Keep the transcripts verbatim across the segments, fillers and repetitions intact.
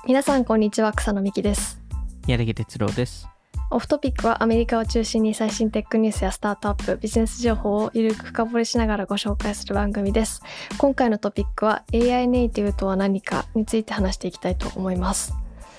皆さんこんにちは、草野美希です。 宮崎哲郎です。 オフトピックはアメリカを中心に最新テックニュースやスタートアップ、ビジネス情報をゆるく深掘りしながらご紹介する番組です。今回のトピックは エーアイ ネイティブとは何かについて話していきたいと思います。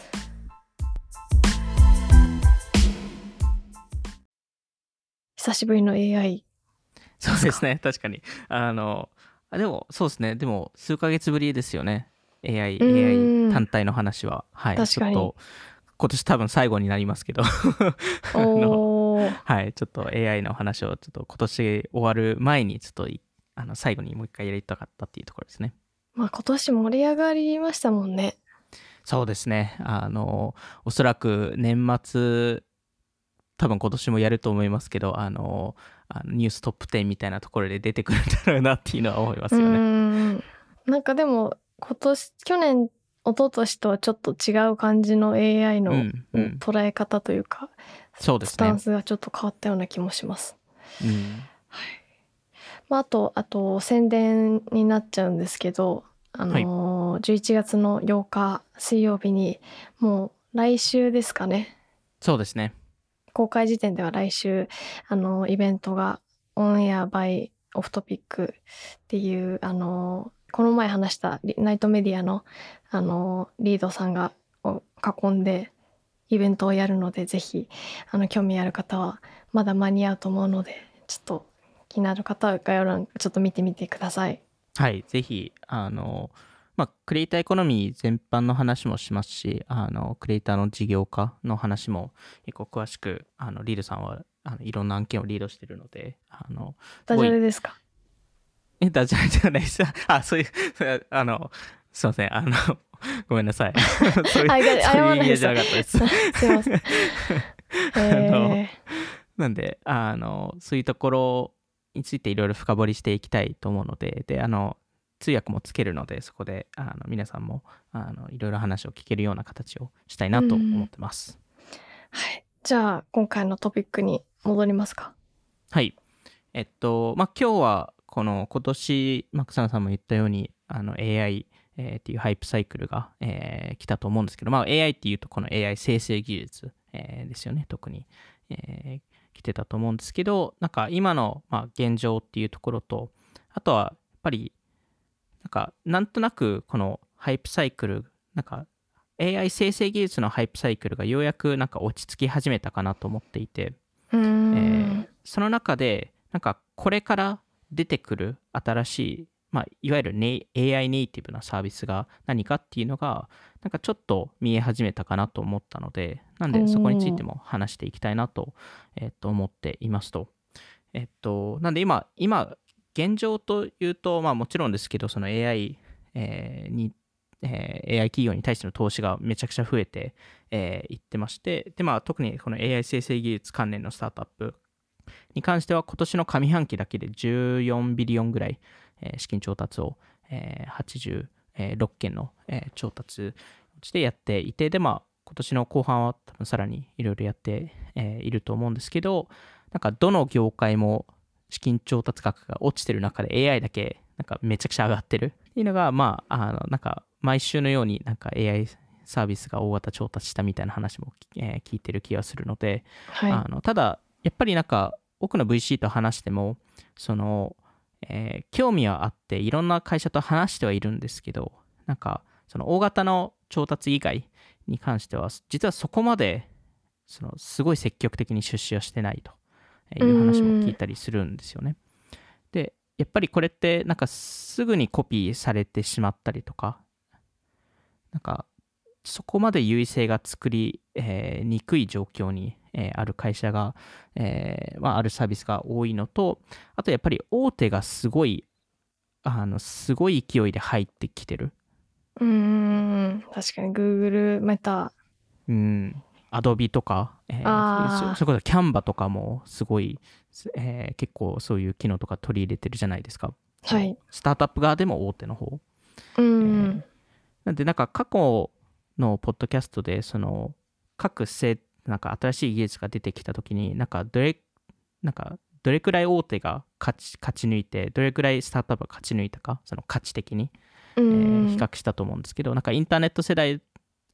久しぶりの エーアイ。 そうですね、確かに。あの、あでも、そうですね、でも、数ヶ月ぶりですよね。エーアイ、エーアイ 単体の話は。はい。 確かに。 ちょっと、今年多分最後になりますけどあの、 はい、ちょっと エーアイ の話を、ちょっと今年終わる前に、ちょっと、あの最後にもう一回やりたかったっていうところですね。 まあ、今年盛り上がりましたもんね。 そうですね。あの、おそらく年末、多分今年もやると思いますけど、あの、あのニューストップじゅうみたいなところで出てくるんだろうなっていうのは思いますよね。 うーん、なんかでも今年去年一昨年とはちょっと違う感じの エーアイ の、うんうん、捉え方というか、 そうですね、 スタンスがちょっと変わったような気もします。 うんはい。まあ、あとあと宣伝になっちゃうんですけど、あのーはい、じゅういちがつのようか水曜日にもう来週ですかね。 そうですね。 公開時点では来週あのイベントがオンエアバイオフトピックっていうあのこの前話したナイトメディアのあのリードさんがを囲んでイベントをやるので、ぜひあの興味ある方はまだ間に合うと思うので、ちょっと気になる方は概要欄ちょっと見てみてください。 はい、ぜひあのまあ、クリエイターエコノミー全般の話もしますし、あのクリエイターの事業化の話も結構詳しく、あのリードさんはあのいろんな案件をリードしているので、あのダジャレですか？ え、ダジャレじゃないです。あ、そういう、あの、すいません、あの、ごめんなさい。そういう、そういう意味じゃなかったです。 すいません。あのなんで、あの、そういうところについていろいろ深掘りしていきたいと思うので、で、あの、通訳もつけるので、そこであの皆さんもあのいろいろ話を聞けるような形をしたいなと思ってます。 はい。じゃあ、今回のトピックに戻りますか。 はい。えっと、まあ、今日は、この今年、まあ、草野さんも言ったように、あの エーアイ、えー、っていうハイプサイクルが、えー、来たと思うんですけど、まあ、エーアイ っていうと、この エーアイ 生成技術、えー、ですよね、特に、えー、来てたと思うんですけど、なんか今の、まあ、現状っていうところと、あとはやっぱり、なんかなんとなくこのハイプサイクル、なんか エーアイ 生成技術のハイプサイクルがようやくなんか落ち着き始めたかなと思っていて、 うーん、 えー、その中でなんかこれから出てくる新しい、まあ、いわゆる、ね、エーアイ ネイティブなサービスが何かっていうのがなんかちょっと見え始めたかなと思ったので、なんでそこについても話していきたいなと、えー、と思っていますと。えっと、なんで今、今、現状というと、まあもちろんですけど、その エーアイ、えー、に、えー、エーアイ 企業に対しての投資がめちゃくちゃ増えてい、えー、ってまして、で、まあ特にこの エーアイ 生成技術関連のスタートアップに関しては今年の上半期だけでじゅうよんビリオンぐらい、えー、資金調達を、えー、はちじゅうろっけんの、えー、調達してやっていて、で、まあ今年の後半は多分さらにいろいろやって、えー、いると思うんですけど、なんかどの業界も資金調達額が落ちてる中で エーアイ だけなんかめちゃくちゃ上がってるっていうのが、まあ、あのなんか毎週のようになんか エーアイ サービスが大型調達したみたいな話も、えー、聞いてる気がするので、はい、あのただやっぱりなんか多くの ブイシー と話してもその、えー、興味はあっていろんな会社と話してはいるんですけど、なんかその大型の調達以外に関しては実はそこまでそのすごい積極的に出資はしてないという話も聞いたりするんですよね。で、やっぱりこれってなんかすぐにコピーされてしまったりとか、なんかそこまで優位性が作り、えー、にくい状況に、えー、ある会社が、えーまあ、あるサービスが多いのと、あとやっぱり大手がすごいあのすごい勢いで入ってきてる。 うーん、確かに Google、メタ、 うん、アドビとか、えー、そ, それこそキャンバとかもすごい、えー、結構そういう機能とか取り入れてるじゃないですか。 はい。 スタートアップ側でも大手の方。 うん、えー、 なんでなんか過去のポッドキャストでその各せなんか新しい技術が出てきたときになんかどれなんかどれくらい大手が勝ち勝ち抜いてどれくらいスタートアップが勝ち抜いたか、その価値的に、えー、比較したと思うんですけど、なんかインターネット世代イ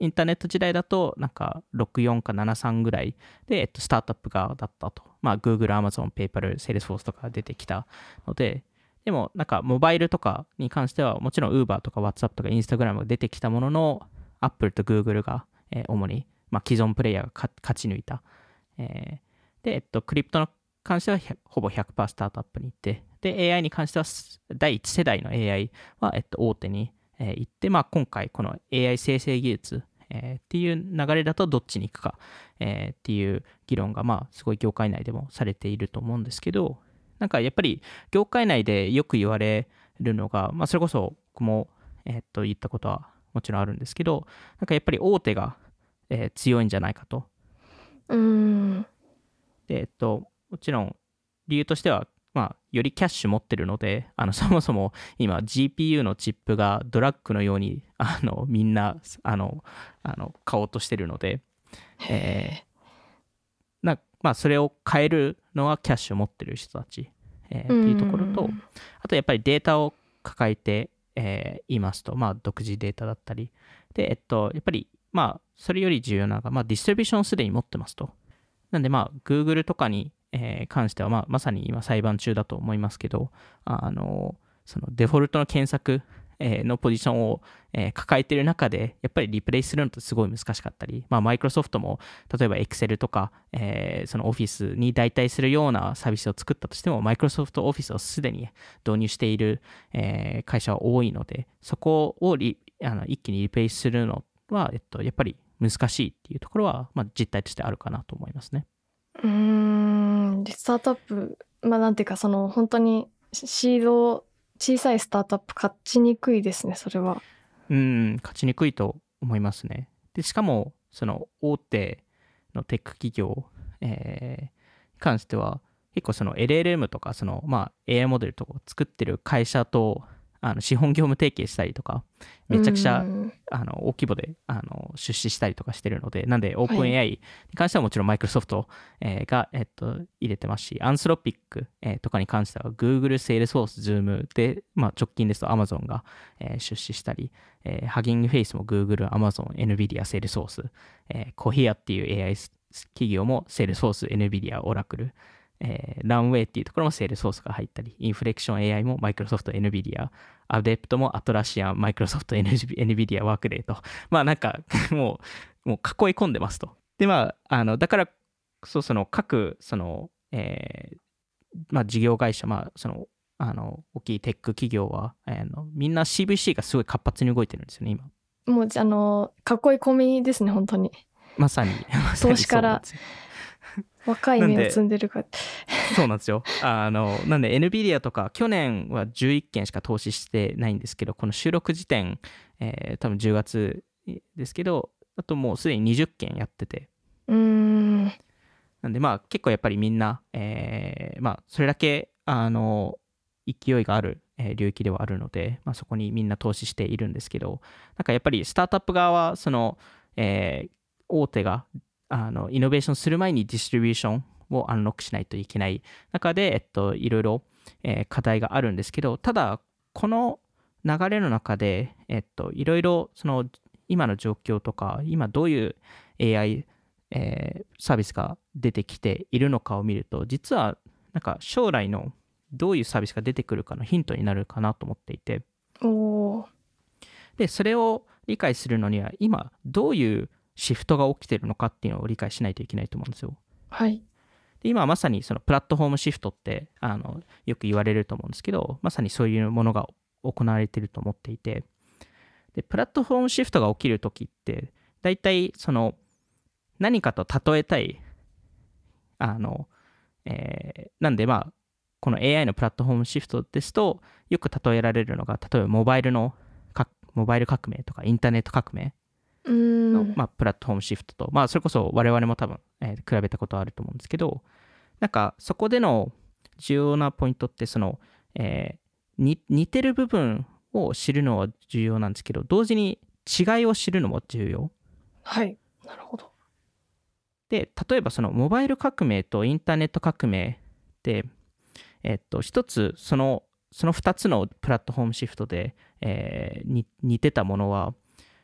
インターネット時代だとなんかろくじゅうよんかななじゅうさんぐらいで、えっと、スタートアップ側だったと。まあ Google、Amazon、PayPal、Salesforce とか出てきたので、でもなんかモバイルとかに関してはもちろん Uber とか WhatsApp とか Instagram が出てきたものの、Apple と Google が、えー主に、まあ、既存プレイヤーが勝ち抜いた。えーで、えっと、クリプトに関してはほぼ ひゃくパーセント スタートアップに行って、で、エーアイ に関してはだいいち世代の エーアイ は、えっと、大手に、えー行って、まあ、今回この エーアイ 生成技術、えーっていう流れだとどっちに行くか、えーっていう議論が、まあ、すごい業界内でもされていると思うんですけど、なんかやっぱり業界内でよく言われるのが、まあ、それこそ僕も、えーっと言ったことはもちろんあるんですけど、なんかやっぱり大手が、えー強いんじゃないかと。 うーん。 で、えっと、もちろん理由としては、まあ、よりキャッシュ持ってるので、あのそもそも今 ジーピーユー のチップがドラッグのようにあのみんなあのあの買おうとしてるので、えーなまあ、それを変えるのはキャッシュを持ってる人たち、えーっていうところと、あとやっぱりデータを抱えて、えーいますと、まあ、独自データだったり、で、えっと、やっぱり、まあ、それより重要なのが、まあ、ディストリビューションをすでに持ってますと。なんで、まあ、Google とかに、えー関しては、まあ、まさに今裁判中だと思いますけど、あの、そのデフォルトの検索、えーのポジションを、えー抱えている中で、やっぱりリプレイするのってすごい難しかったり、まあ、マイクロソフトも、例えば Excel とか、えーその Office に代替するようなサービスを作ったとしても、マイクロソフト Office をすでに導入している、えー会社は多いので、そこをリあの一気にリプレイするのは、えっと、やっぱり難しいっていうところは、まあ、実態としてあるかなと思いますね。 うーん。でスタートアップ、まあなんていうか、その本当にシード、小さいスタートアップ勝ちにくいですね、それは。 うん、勝ちにくいと思いますね。で、しかも、その大手のテック企業、えーに関しては、結構その エルエルエム とか、その、まあ、エーアイ モデルとかを作ってる会社と、あの資本業務提携したりとか、めちゃくちゃ、 うーんあの大規模であの出資したりとかしてるので、なんで、 はい OpenAI に関してはもちろんマイクロソフト、えーが、えっと、入れてますし、アンスロピック、えーとかに関しては Google、Salesforce、Zoom で、まあ、直近ですと Amazon が、えー出資したり、えー、ハギングフェイスも Google、Amazon、NVIDIA、Salesforce、えー、コヒアっていう エーアイ 企業も Salesforce、NVIDIA、Oracle、えー、ランウェイっていうところも Salesforce が入ったり、インフレクション エーアイ も Microsoft、NVIDIA、アデプトも Atlassian、Microsoft、NVIDIA、Workday と、まあなんかもう、もう囲い込んでますと。で、まあ、あのだからこそ、その各、その、えーまあ、事業会社、まあ、その、あの大きいテック企業は、えーのみんな シーブイシー がすごい活発に動いてるんですよね、今。 もうあの囲い込みですね、本当に。 まさに、まさに投資からそうなんですよ。 若い芽を摘んでるか。 そうなんですよ。あの、なんで NVIDIA とか、去年はじゅういっけんしか投資してないんですけど、この収録時点、えー多分じゅうがつですけど、あともうすでににじゅっけんやってて、 うーん。 なんでまあ結構やっぱりみんな、えーまあそれだけ、あの、勢いがある、えー領域ではあるので、まあそこにみんな投資しているんですけど、なんかやっぱりスタートアップ側は、その、えー大手が、あの、イノベーションする前にディストリビューションをアンロックしないといけない中で、えっと、いろいろ、えー課題があるんですけど、ただ、この流れの中で、えっと、いろいろ、その、今の状況とか、今どういう エーアイ、えーサービスが出てきているのかを見ると、実は、なんか将来のどういうサービスが出てくるかのヒントになるかなと思っていて、 おーで、それを理解するのには、今、どういうシフトが起きてるのかっていうのを理解しないといけないと思うんですよ。 はい。 で今まさにそのプラットフォームシフトってあのよく言われると思うんですけど、まさにそういうものが行われていると思っていて、でプラットフォームシフトが起きるときって、大体その何かと例えたい、あの、えーなんでまあ、この エーアイ のプラットフォームシフトですと、よく例えられるのが、例えばモバイルのかモバイル革命とかインターネット革命うーの、 ん。 まあ、プラットフォームシフトと、まあ、それこそ我々も多分、えー比べたことあると思うんですけど、なんかそこでの重要なポイントって、その、えーに似てる部分を知るのは重要なんですけど、同時に違いを知るのも重要。 はい。なるほど。 で、例えばそのモバイル革命とインターネット革命で、えっと、一つその、そのふたつのプラットフォームシフトで、えーに似てたものは、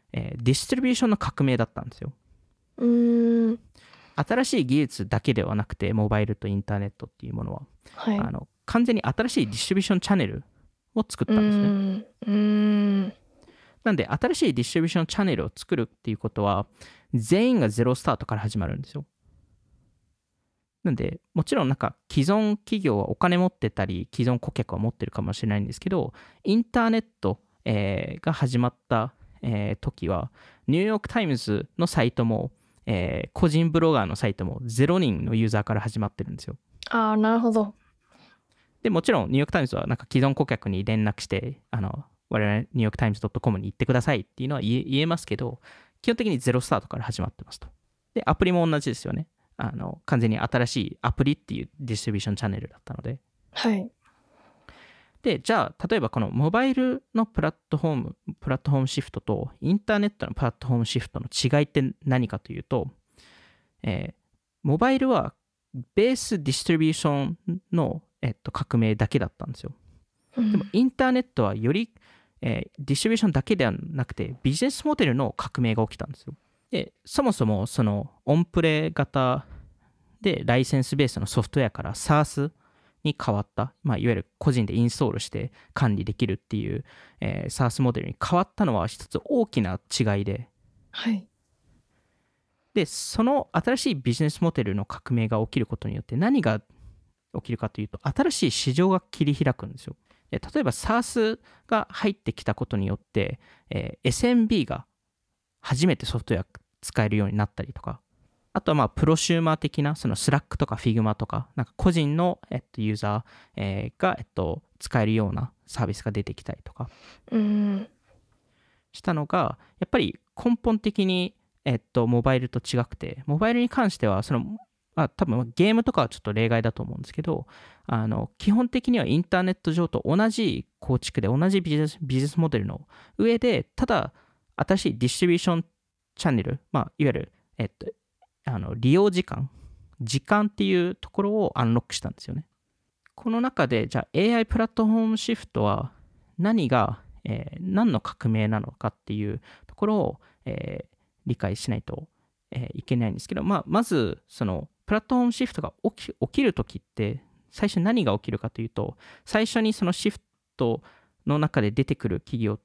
えーディストリビューションの革命だったんですよ。 うーん。 新しい技術だけではなくて、モバイルとインターネットっていうものは、 はい。 あの完全に新しいディストリビューションチャンネルを作っうたんですね。 ーん。うーん。 なんで、新しいディストリビューションチャンネルを作るっていうことは、全員がゼロスタートから始まるんですよ。なんで、もちろんなんか既存企業はお金持ってたり、既存顧客は持ってるかもしれないんですけど、インターネット、えーが始まった、えー時は、ニューヨークタイムズのサイトも、えー個人ブロガーのサイトもゼロにんのユーザーから始まってるんですよ。 ああ、なるほど。 で、もちろんニューヨークタイムズはなんか既存顧客に連絡して、あの、我々ニューヨークタイムズ .com に行ってくださいっていうのは言え言えますけど、基本的にゼロスタートから始まってますと。で、アプリも同じですよね。あの、完全に新しいアプリっていうディストリビューションチャンネルだったので。 はい。 で、じゃあ、例えばこのモバイルのプラットフォーム、プラットフォームシフトとインターネットのプラットフォームシフトの違いって何かというと、えーモバイルはベースディストリビューションの、えっと、革命だけだったんですよ。 うんでもインターネットはより、えーディストリビューションだけではなくてビジネスモデルの革命が起きたんですよ。で、そもそもそのオンプレ型でライセンスベースのソフトウェアから SaaS に変わった、まあ、いわゆる個人でインストールして管理できるっていう、えー SaaS モデルに変わったのは一つ大きな違いで、 はい。 で、その新しいビジネスモデルの革命が起きることによって何が起きるかというと、新しい市場が切り開くんですよ。で、例えば SaaS が入ってきたことによって、えー エスエムビー が初めてソフトウェア使えるようになったりとか、あとはまあプロシューマー的なその Slack とか Figma とか、なんか個人の、えっと、ユーザー、えーが、えっと、使えるようなサービスが出てきたりとかうーん。 したのが、やっぱり根本的に、えっと、モバイルと違くて、モバイルに関しては、その、まあ、多分ゲームとかはちょっと例外だと思うんですけど、あの基本的にはインターネット上と同じ構築で、同じビジネスビジネスモデルの上で、ただ、新しいディストリビューションチャンネル、まあ、いわゆる、えっと、あの利用時間、時間っていうところをアンロックしたんですよね。この中で、じゃあ エーアイ プラットフォームシフトは何が、えー何の革命なのかっていうところを、えー理解しないと、えーいけないんですけど、まあ、まず、その、プラットフォームシフトが起き起きるときって、最初何が起きるかというと、最初にそのシフトの中で出てくる企業って、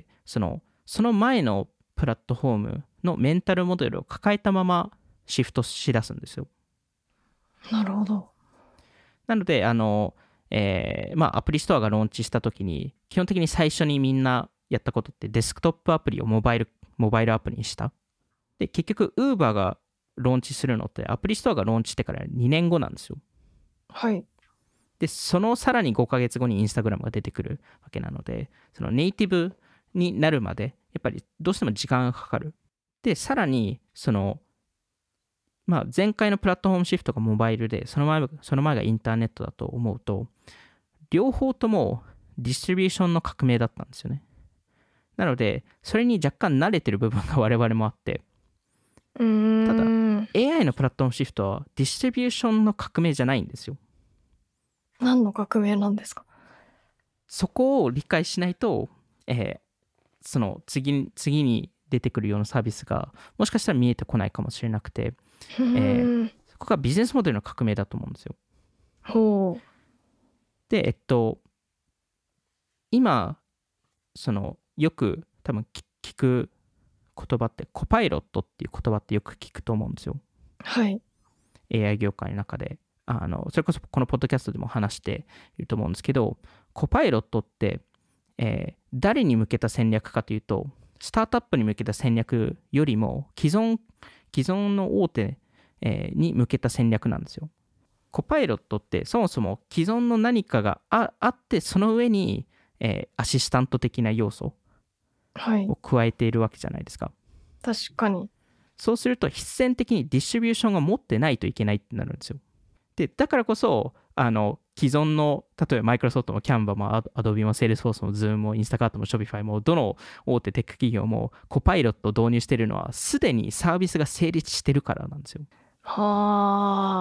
その、その前のプラットフォームのメンタルモデルを抱えたままシフトしだすんですよ。 なるほど。 なので、あの、えーまあ、アプリストアがローンチしたときに、基本的に最初にみんなやったことって、デスクトップアプリをモバイル、モバイルアプリにした。で、結局、Uber がローンチするのって、アプリストアがローンチしてからにねんごなんですよ。 はい。 で、そのさらにごかげつごに Instagram が出てくるわけなので、そのネイティブになるまで、やっぱりどうしても時間がかかる。で、さらに、その、まあ、前回のプラットフォームシフトがモバイルで、その前その前がインターネットだと思うと、両方ともディストリビューションの革命だったんですよね。なので、それに若干慣れてる部分が我々もあって、 うーん。 ただ エーアイ のプラットフォームシフトはディストリビューションの革命じゃないんですよ。 何の革命なんですか？ そこを理解しないと、えーその次に次に出てくるようなサービスがもしかしたら見えてこないかもしれなくて、 うーん。 そこがビジネスモデルの革命だと思うんですよ。 ほで、えっと、今、そのよく多分聞聞く言葉って、コパイロットっていう言葉ってよく聞くと思うんですよ。 う。はい。 エーアイ 業界の中で。あのそれこそこのポッドキャストでも話していると思うんですけど、コパイロットって、えー誰に向けた戦略かというと、スタートアップに向けた戦略よりも既存既存の大手、えーに向けた戦略なんですよ。コパイロットってそもそも既存の何かが あ, あってその上に、えーアシスタント的な要素はいを。加えているわけじゃないですか。 確かに。 そうすると必然的にディストリビューションが持ってないといけないってなるんですよ。で、だからこそ、あの、既存の、例えばマイクロソフトもキャンバもアドビもセールスフォースもズームもインスタカートもショピファイもどの大手テック企業もコパイロットを導入しているのはすでにサービスが成立してるからなんですよ。 はあ。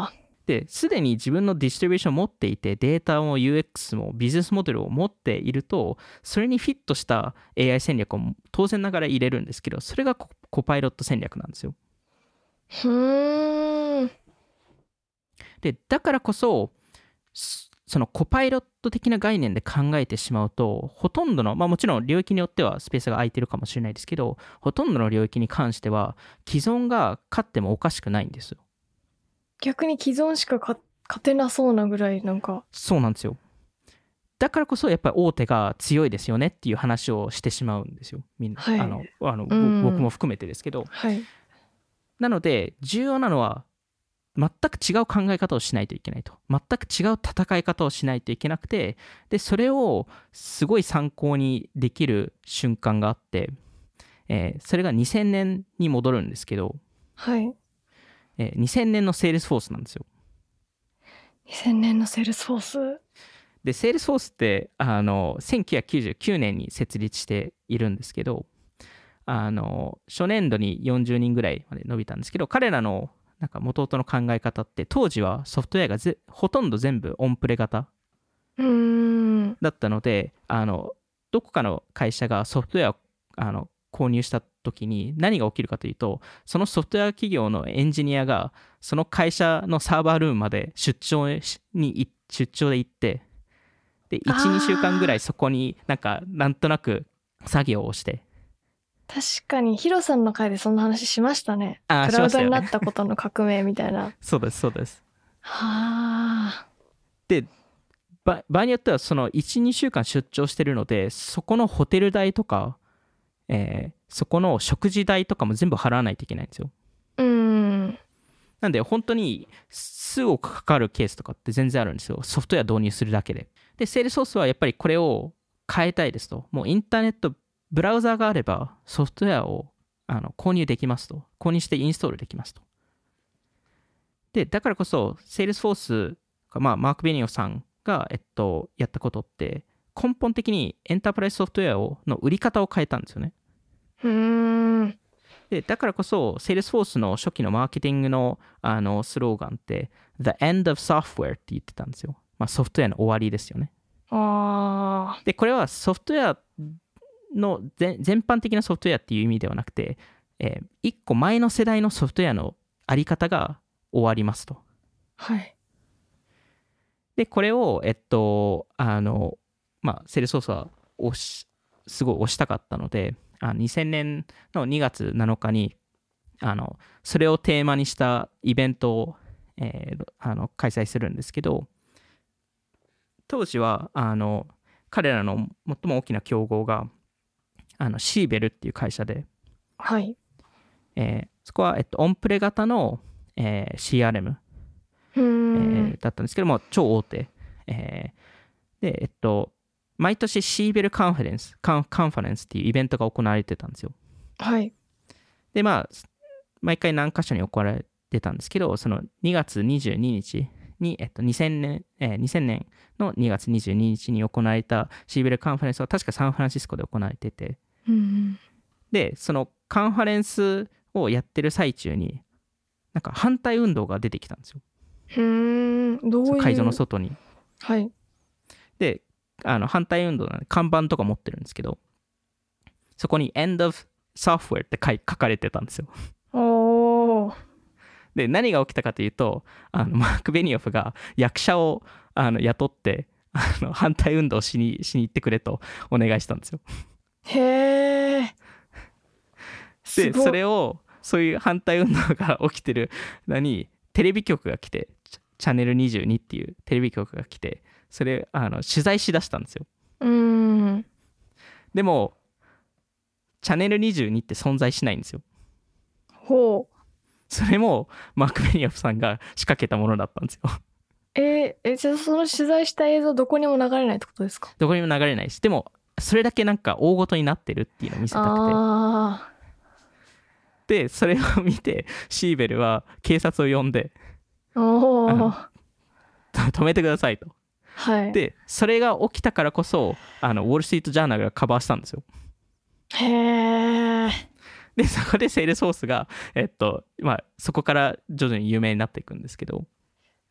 で、すでに自分のディストリビューションを持っていて、データも ユーエックス もビジネスモデルを持っていると、それにフィットした エーアイ 戦略を当然ながら入れるんですけど、それがコ、コパイロット戦略なんですよ。 ふーん。 で、だからこそ、そのコパイロット的な概念で考えてしまうと、ほとんどの、まあもちろん領域によってはスペースが空いてるかもしれないですけど、ほとんどの領域に関しては、既存が勝ってもおかしくないんですよ。 逆に既存しか勝てなそうなぐらいなんか。 そうなんですよ。だからこそやっぱり大手が強いですよねっていう話をしてしまうんですよ。みんな、 はい、 あのあの、 うん、 僕も含めてですけど。 はい、 なので重要なのは全く違う考え方をしないといけないと。全く違う戦い方をしないといけなくて、でそれをすごい参考にできる瞬間があって、えー、それがにせんねんに戻るんですけど、 はい。 えー、にせんねんのセールスフォースなんですよ。 にせんねんのセールスフォース。 で、セールスフォースってあのせんきゅうひゃくきゅうじゅうきゅうねんに設立しているんですけど、あの初年度によんじゅうにんぐらいまで伸びたんですけど、彼らのなんか元々の考え方って、当時はソフトウェアがぜほとんど全部オンプレ型うーん。 だったので、あのどこかの会社がソフトウェアをあの購入した時に何が起きるかというと、そのソフトウェア企業のエンジニアがその会社のサーバールームまで出張に出張で行って、でいち、にしゅうかんぐらいそこになんかなんとなく作業をして、 確かにヒロさんの回でそんな話しましたね。 あークラウドしましたよねになったことの革命みたいな。 そうですそうです。 はあ。 で場合によってはそのいち、にしゅうかん出張してるので、そこのホテル代とか、えーそこの食事代とかも全部払わないといけないんですよ。 うーん。 なんで本当に数億かかるケースとかって全然あるんですよ。ソフトウェア導入するだけで。で、セールスフォースはやっぱりこれを変えたいですと。もうインターネット、ブラウザがあればソフトウェアをあの購入できますと。購入してインストールできますと。で、だからこそ、セールスフォースが、まあ、マーク・ベニオさんが、えっと、やったことって、根本的にエンタープライズソフトウェアをの売り方を変えたんですよね。 うーん。 で、だからこそ、セールスフォースの初期のマーケティングの、あのスローガンって、The End of Software って言ってたんですよ。まあ、ソフトウェアの終わりですよね。 ああ。 で、これはソフトウェアの全全般的なソフトウェアっていう意味ではなくて、えー、いっこまえの世代のソフトウェアのあり方が終わりますと。 はい。 で、これを、えっと、あの、まあ、セールスフォースは押し、すごい押したかったので、あにせんねんのにがつなのかに、あの、それをテーマにしたイベントを、えー、あの開催するんですけど、当時は、あの、彼らの最も大きな競合が、あの、シーベルっていう会社で、 はい。 えーそこは、えっと、オンプレ型の、えー シーアールエム、 うーん。 えーだったんですけども、超大手。えーで、えっと、毎年シーベルカンファレンス、カンカンファレンスっていうイベントが行われてたんですよ。 はい。 で、まあ、毎回何箇所に行われてたんですけど、そのにがつにじゅうににちに、えっと、にせんねん、えーにせんねんのにがつにじゅうににちに行われたシーベルカンファレンスは確かサンフランシスコで行われてて、 うん。 で、そのカンファレンスをやってる最中に、なんか反対運動が出てきたんですよ。 うーん。どういう。 会場の外に。 はい。 で、あの反対運動なんで看板とか持ってるんですけど、そこに End of Software って書書かれてたんですよ。 おー。 で、何が起きたかというと、あのマーク・ベニオフが役者をあの雇ってあの反対運動しにしに行ってくれとお願いしたんですよ。 へー。 で、それを、そういう反対運動が起きてるのに、テレビ局が来て、チャンネルにじゅうにっていうテレビ局が来て、それあの取材しだしたんですよ。 うーん。 でも、チャンネルにじゅうにって存在しないんですよ。 ほう。 それもマーク・ベニオフさんが仕掛けたものだったんですよ。 えー、え、じゃあその取材した映像どこにも流れないってことですか？ どこにも流れないし、でもそれだけなんか大ごとになってるっていうのを見せたくて、 あでそれを見てシーベルは警察を呼んで、 ー。おー。 止めてくださいと。 はい。 でそれが起きたからこそ、あのウォール・ストリート・ジャーナルがカバーしたんですよ。 へー。 でそこでセールスフォースが、えっとまあ、そこから徐々に有名になっていくんですけど、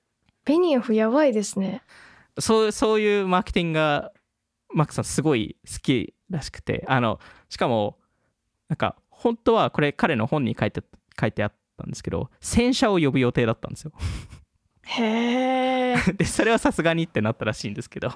ベニオフやばいですね。 そうそういうマーケティングがマックさんすごい好きらしくて、あのしかもなんか本当はこれ彼の本に書いて書いてあったんですけど、戦車を呼ぶ予定だったんですよ。 へえ。 でそれはさすがにってなったらしいんですけど。 ちょっ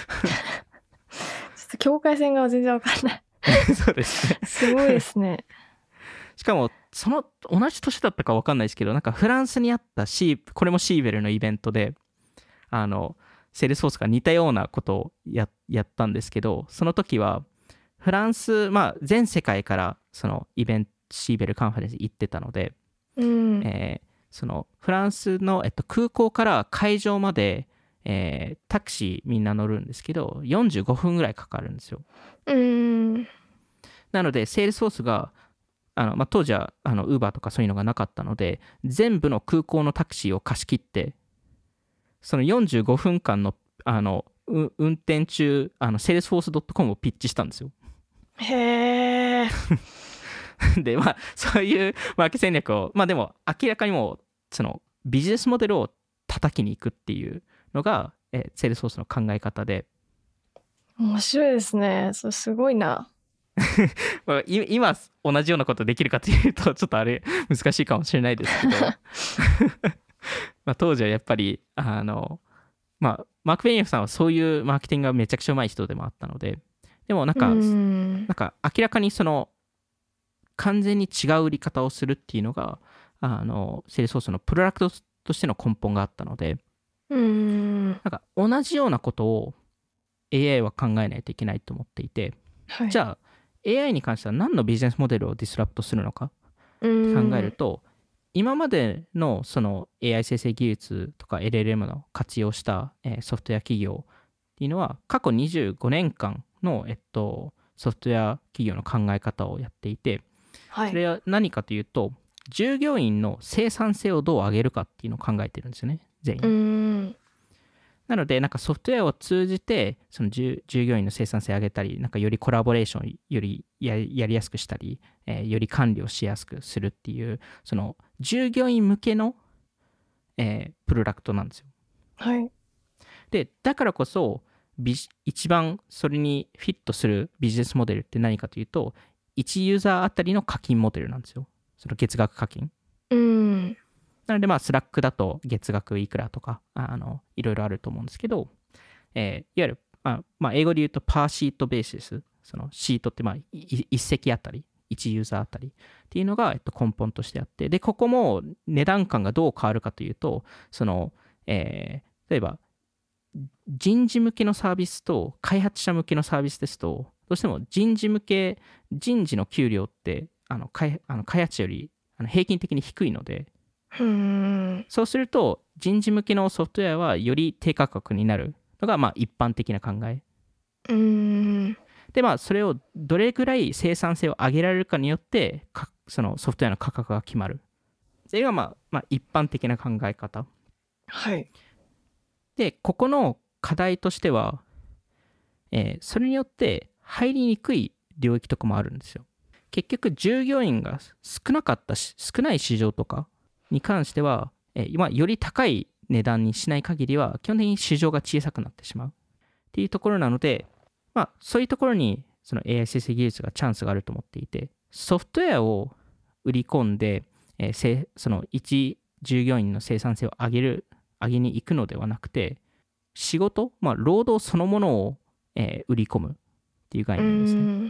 と境界線が全然わかんない。 そうですね。 すごいですね。 しかもその同じ年だったか分かんないですけど、なんかフランスにあったシーこれもシーベルのイベントで、あのセールスフォースが似たようなことを や, やったんですけど、その時はフランス、まあ、全世界からそのイベントシーベルカンファレンス行ってたので、 うんえーそのフランスの、えっと、空港から会場まで、えータクシーみんな乗るんですけどよんじゅうごふんぐらいかかるんですよ。 うんなのでセールスフォースがあの、まあ、当時はあの Uber とかそういうのがなかったので、全部の空港のタクシーを貸し切って、そのよんじゅうごふんかんのあのう運転中、あの セールスフォースドットコム をピッチしたんですよ。 へえ。 で、まあ、そういうマーケ戦略を、まあでも、明らかにもう、そのビジネスモデルを叩きに行くっていうのが、えセールスフォースの考え方で、 面白いですね。それすごいな。 まあ、い今、同じようなことできるかというと、ちょっとあれ、難しいかもしれないですけど、まあ当時はやっぱり、あの、まあ、マーク・ベニエフさんはそういうマーケティングがめちゃくちゃうまい人でもあったので、でもなんうか、 んなんか明らかにその、完全に違う売り方をするっていうのが、あの、セールスフォースのプロダクトとしての根本があったので、 うんなんか同じようなことを エーアイ は考えないといけないと思っていて、 はい。 じゃあ エーアイ に関しては何のビジネスモデルをディスラプトするのかう考んえると、今までのその エーアイ 生成技術とか エルエルエム の活用した、えーソフトウェア企業っていうのは過去にじゅうごねんかんの、えっと、ソフトウェア企業の考え方をやっていて、 はい。 それは何かというと、従業員の生産性をどう上げるかっていうのを考えてるんですよね、全う員。 んなので、なんかソフトウェアを通じて、その従従業員の生産性を上げたり、なんかよりコラボレーションよりややりやすくしたり、えーより管理をしやすくするっていう、その従業員向けの、えープロダクトなんですよ。 はい。 で、だからこそ、ビジ一番それにフィットするビジネスモデルって何かというと、いちユーザーあたりの課金モデルなんですよ。その月額課金。 うんなので、まあ、スラックだと月額いくらとか、あの、いろいろあると思うんですけど、えーいわゆる、まあ、まあ、英語で言うとパーシートベーシス、そのシートって、まあ、い一席あたり、いちユーザーあたりっていうのが、えっと、根本としてあって、で、ここも値段感がどう変わるかというと、その、えー例えば、人事向けのサービスと開発者向けのサービスですと、どうしても人事向け、人事の給料って、あの開あの開発者よりあの平均的に低いので、 うんそうすると人事向けのソフトウェアはより低価格になるのがまあ一般的な考えうんで、まあそれをどれぐらい生産性を上げられるかによってかそのソフトウェアの価格が決まる。それがまあ、まあ、一般的な考え方はい。 で、ここの課題としては、えーそれによって入りにくい領域とかもあるんですよ。結局従業員が少なかったし少ない市場とかに関しては、えー今より高い値段にしない限りは基本的に市場が小さくなってしまうっていうところなので、まあ、そういうところにその エーアイ 生成技術がチャンスがあると思っていて、ソフトウェアを売り込んで、えーせその一従業員の生産性を上げる上げに行くのではなくて、仕事、まあ、労働そのものを、えー売り込むっていう概う念ですね。 ん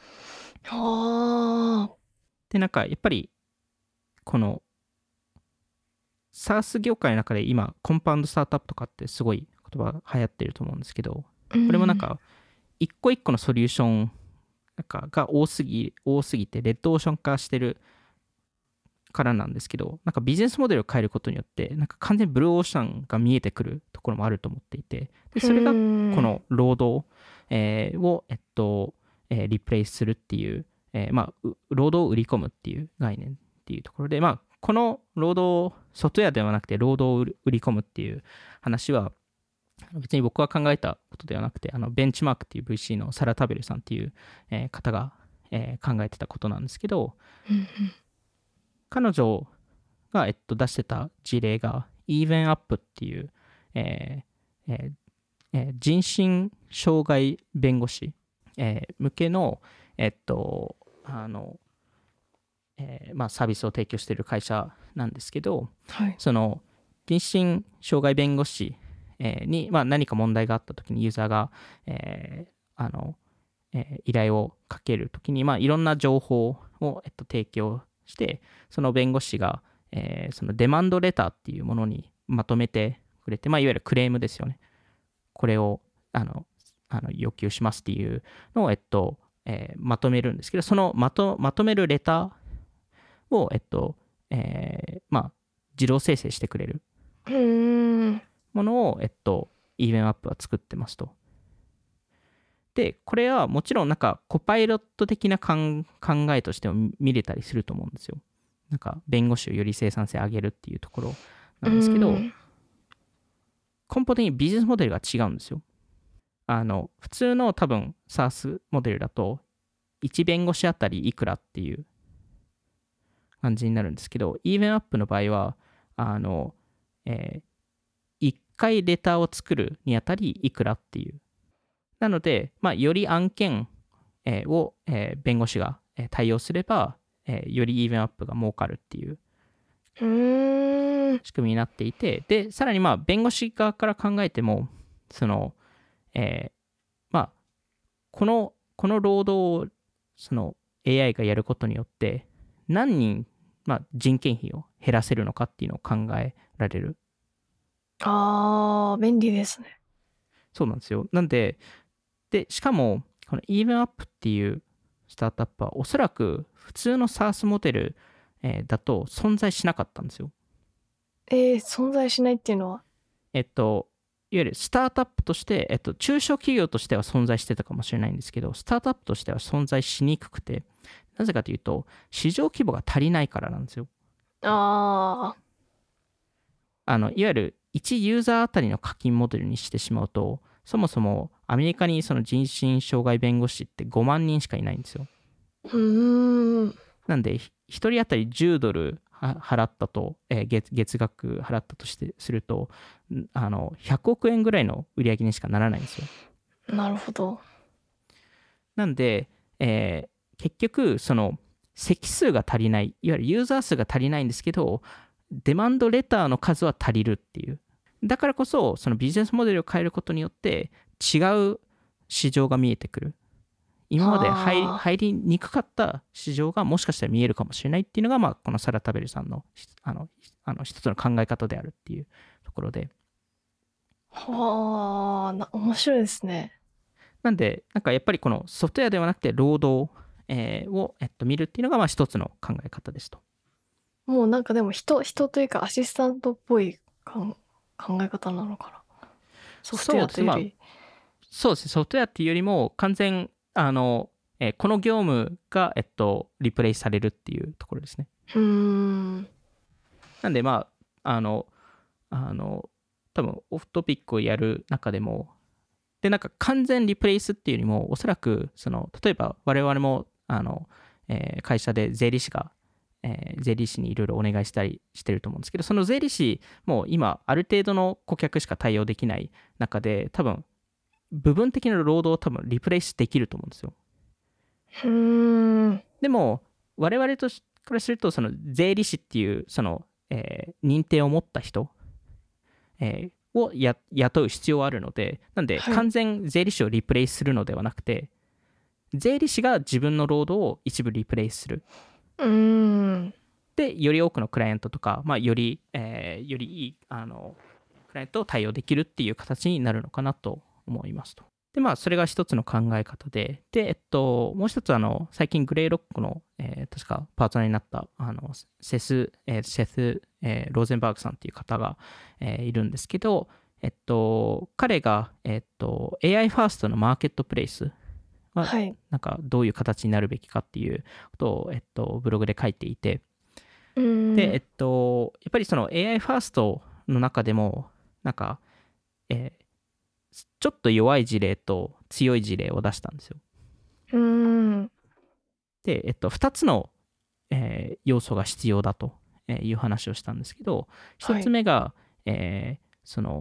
ああで、なんかやっぱりこの SaaS 業界の中で今コンパウンドスタートアップとかってすごい言葉流行ってると思うんですけど、これもなんか一個一個のソリューションなんかが多すぎ多すぎてレッドオーション化してるからなんですけど、なんかビジネスモデルを変えることによってなんか完全にブルーオーシャンが見えてくるところもあると思っていて、でそれがこの労働、えーを、えっとえーリプレイスするっていう、えーまあ、う労働を売り込むっていう概念っていうところで、まあ、この労働ソフトウェアではなくて労働を売り売り込むっていう話は別に僕が考えたことではなくて、あのベンチマークっていう ブイシー のサラ・タベルさんっていう、えー方が、えー考えてたことなんですけど、 うん彼女が、えっと、出してた事例が Even Up っていうえーえーえー人身障害弁護士、えー向けの、えっと、あの、えーまあ、サービスを提供している会社なんですけど、 はい。 その人身障害弁護士、えーに、まあ、何か問題があったときにユーザーが、えーあのえー依頼をかけるときに、まあ、いろんな情報を、えっと、提供して、その弁護士が、えーそのデマンドレターっていうものにまとめてくれて、まあ、いわゆるクレームですよね。これをあのあの要求しますっていうのを、えっとえーまとめるんですけど、そのまとまとめるレターを、えっとえーまあ、自動生成してくれるうーん。 ものを、えっと、イーベンアップは作ってますと。で、これはもちろんなんかコパイロット的な考えとしても見れたりすると思うんですよ。なんか弁護士をより生産性上げるっていうところなんですけど、 うん根本的にビジネスモデルが違うんですよ。あの、普通の多分 SaaS モデルだと、いち弁護士あたりいくらっていう感じになるんですけど、イーベンアップの場合は、あの、えー、いっかいレターを作るにあたりいくらっていう。なので、まあ、より案件えーを、えー弁護士がえー対応すれば、えーよりイーベンアップが儲かるっていううーん。 仕組みになっていて、で、さらにまあ、弁護士側から考えても、その、えーまあ、この、この労働を、その エーアイ がやることによって、何人、まあ、人件費を減らせるのかっていうのを考えられる。 あー、便利ですね。 そうなんですよ。なんで、で、しかも、この イーベンアップっていうスタートアップは、おそらく普通の SaaS モデル、えーだと存在しなかったんですよ。 えー、存在しないっていうのは。 えっと、いわゆるスタートアップとして、えっと、中小企業としては存在してたかもしれないんですけど、スタートアップとしては存在しにくくて、なぜかというと、市場規模が足りないからなんですよ。 ああの、いわゆるいちユーザーあたりの課金モデルにしてしまうと、そもそもアメリカにその人身障害弁護士ってごまんにんしかいないんですよ。 ー。うーん。 なんで、ひとり当たりじゅうドルは払ったと、えー月月額払ったとしてすると、んあの、ひゃくおくえんぐらいの売り上げにしかならないんですよ。 なるほど。 なんで、えー結局、その、席数が足りない、いわゆるユーザー数が足りないんですけど、デマンドレターの数は足りるっていう。だからこそ、そのビジネスモデルを変えることによって、違う市場が見えてくる。今まで入りはあ。 入りにくかった市場がもしかしたら見えるかもしれないっていうのが、まあ、このサラ・タベルさんのあのあの一つの考え方であるっていうところで。 はあ、な、面白いですね。 なんで、なんかやっぱりこのソフトウェアではなくて労働、えーを、えっと、見るっていうのがまあ一つの考え方ですと。 もうなんかでも人、人というかアシスタントっぽいかん考え方なのかな。ソフトウェそうですね。まあ、 アというより。 そうですね。ソフトウェアっていうよりも完全、あの、えーこの業務が、えっと、リプレイされるっていうところですね。 うーん。 なんで、まあ、あの、あの、多分オフトピックをやる中でも、で、なんか完全リプレイスっていうよりも、おそらく、その、例えば我々も、あの、えー会社で税理士が、えー税理士にいろいろお願いしたりしてると思うんですけど、その税理士も今、ある程度の顧客しか対応できない中で、多分、部分的な労働を多分リプレイスできると思うんですよ。 うーん。 でも、我々としからすると、その税理士っていう、その、えー認定を持った人、えーをや雇う必要はあるので、なんで、 はい。 完全税理士をリプレイするのではなくて、税理士が自分の労働を一部リプレイする。 うーん。 で、より多くのクライアントとか、まあ、より、えーよりいいあのクライアントを対応できるっていう形になるのかなと思いますと。で、まあ、それが一つの考え方で、で、えっと、もう一つ、あの、最近、グレイロックの、えー確かパートナーになった、あの、セス、えーセス、えーローゼンバーグさんっていう方が、えーいるんですけど、えっと、彼が、えっと、エーアイ ファーストのマーケットプレイスは、 はい。 なんか、どういう形になるべきかっていうことを、えっと、ブログで書いていて、 うーで、えっん。 と、やっぱりその エーアイ ファーストの中でも、なんか、えーちょっと弱い事例と強い事例を出したんですよ。 うーん。 で、えっと、ふたつの、えー要素が必要だという話をしたんですけど、1 はい。 つ目が、えーその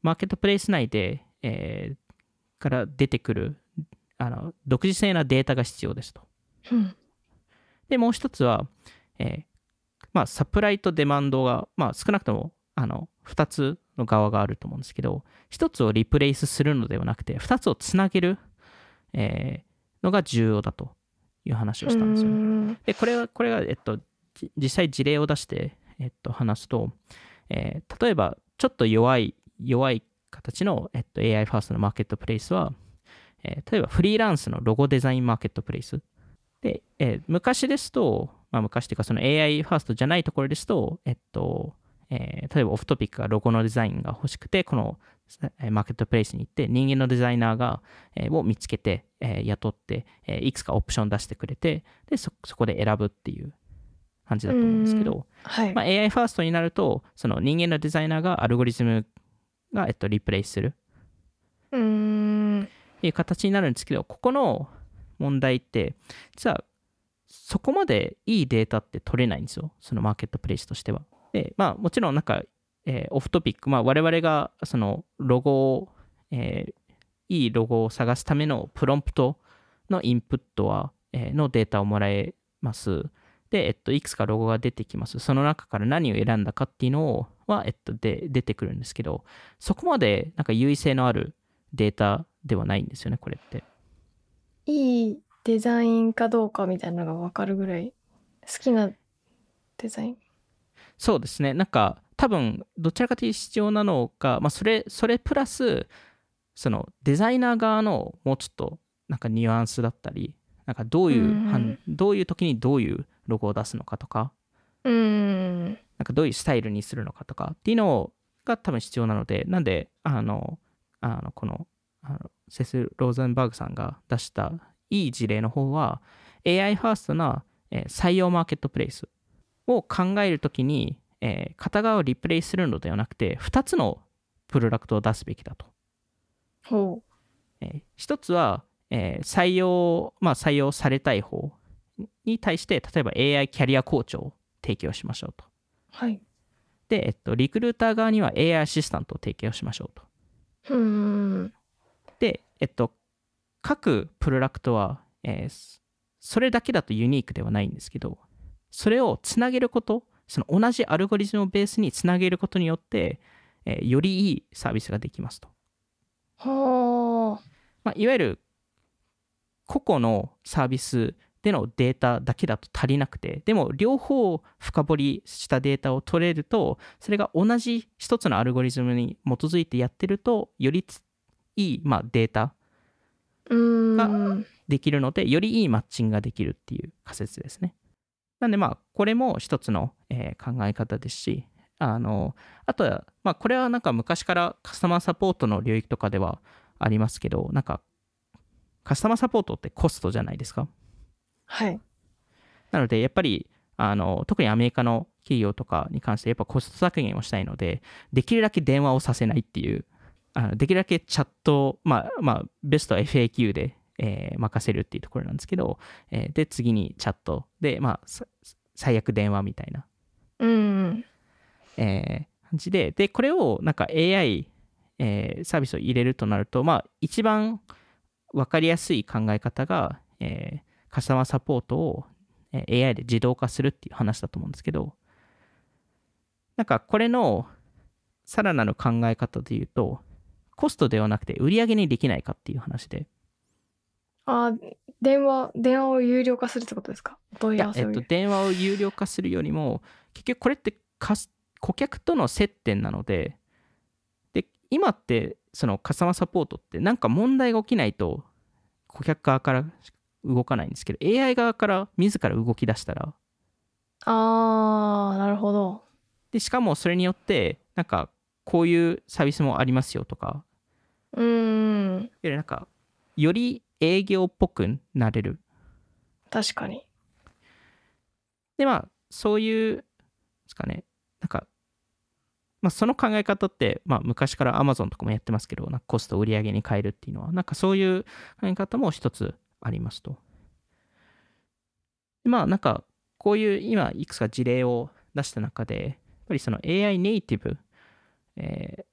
マーケットプレイス内で、えーから出てくるあの独自性なデータが必要ですと。 うんで、もう一つは、えーまあ、サプライとデマンドが、まあ、少なくともあのふたつの側があると思うんですけど、ひとつをリプレイスするのではなくて、ふたつをつなげる、えーのが重要だという話をしたんですよね。 うーんで、これは、これが、えっと、じ実際事例を出して、えっと、話すと、えー例えば、ちょっと弱い、弱い形の、えっと、エーアイ ファーストのマーケットプレイスは、えー例えばフリーランスのロゴデザインマーケットプレイス。で、えー昔ですと、まあ、昔というかその エーアイ ファーストじゃないところですと、えっと、えー例えばオフトピックがロゴのデザインが欲しくて、このえーマーケットプレイスに行って人間のデザイナーが、えーを見つけて、えー雇って、えーいくつかオプション出してくれて、で、そ、そこで選ぶっていう感じだと思うんですけうーんど、 はい、 まあ、エーアイ ファーストになると、その人間のデザイナーがアルゴリズムが、えっと、リプレイスするうーんっていう形になるんですけど、ここの問題って、実はそこまでいいデータって取れないんですよ、そのマーケットプレイスとしては。で、まあもちろんなんか、えーオフトピック、まあ我々がそのロゴを、えーいいロゴを探すためのプロンプトのインプットは、えーのデータをもらえます。で、えっと、いくつかロゴが出てきます。その中から何を選んだかっていうのをは、えっと、で出てくるんですけど、そこまでなんか優位性のあるデータではないんですよね、これって。 いいデザインかどうかみたいなのが分かるぐらい好きなデザイン。 そうですね。なんか、多分、どちらかというと必要なのが、まあ、それ、それプラス、そのデザイナー側のもうちょっと、なんかニュアンスだったり、なんかどうういう、 んどういう時にどういうロゴを出すのかとか、 うーんなんかどういうスタイルにするのかとかっていうのが多分必要なので、なんで、あの、あのこのあのセス・ローゼンバーグさんが出したいい事例の方は、エーアイ ファーストな、えー採用マーケットプレイスを考えるときに、えー片側をリプレイするのではなくて、ふたつのプロダクトを出すべきだと。 ほえー、ひとつは、えー採用、まあ、採用されたい方に対して、例えば エーアイ キャリアコーチを提供しましょうと。 うはいで、えっと、リクルーター側には エーアイ アイアシスタントを提供しましょうと。 うーんで、えっと、各プロダクトは、えーそれだけだとユニークではないんですけど、それをつなげること、その同じアルゴリズムをベースにつなげることによって、えーよりいいサービスができますと。 はあまあ、いわゆる個々のサービスでのデータだけだと足りなくて、でも両方深掘りしたデータを取れると、それが同じ一つのアルゴリズムに基づいてやってると、よりいい、まあ、データうーがんできるので、よりいいマッチングができるっていう仮説ですね。なんでまあ、これも一つの、えー考え方ですし、あの、あとは、まあ、これはなんか昔からカスタマーサポートの領域とかではありますけど、なんか、カスタマーサポートってコストじゃないですか。 はいなので、やっぱり、あの、特にアメリカの企業とかに関して、やっぱコスト削減をしたいので、できるだけ電話をさせないっていう、あのできるだけチャット、まあ、まあ、ベスト エフエーキュー で、えー任せるっていうところなんですけど、えーで、次にチャットで、まあ、さ最悪電話みたいな、 うーんえー感じで、で、これをなんか エーアイ、えーサービスを入れるとなると、まあ、一番分かりやすい考え方が、えーカスタマーサポートをえー エーアイ で自動化するっていう話だと思うんですけど、なんかこれのさらなる考え方で言うと、コストではなくて売り上げにできないかっていう話で、 あ電話電話を有料化するってことですか？お問いや、えっと、 い合わせを有電話を有料化するよりも、結局これってカス顧客との接点なので、で、今ってそのカスタマーサポートってなんか問題が起きないと顧客側から動かないんですけど、エーアイ 側から自ら動き出したら、 あーなるほどで、しかもそれによって、なんかこういうサービスもありますよとか、 うーんよりなんか、より営業っぽくなれる。 確かにで、まあ、そういう、ですかね、なんか、まあ、その考え方って、まあ、昔から Amazon とかもやってますけど、なんかコストを売り上げに変えるっていうのは、なんかそういう考え方も一つありますと。でまあ、なんか、こういう今、いくつか事例を出した中で、やっぱりその エーアイ ネイティブ、えー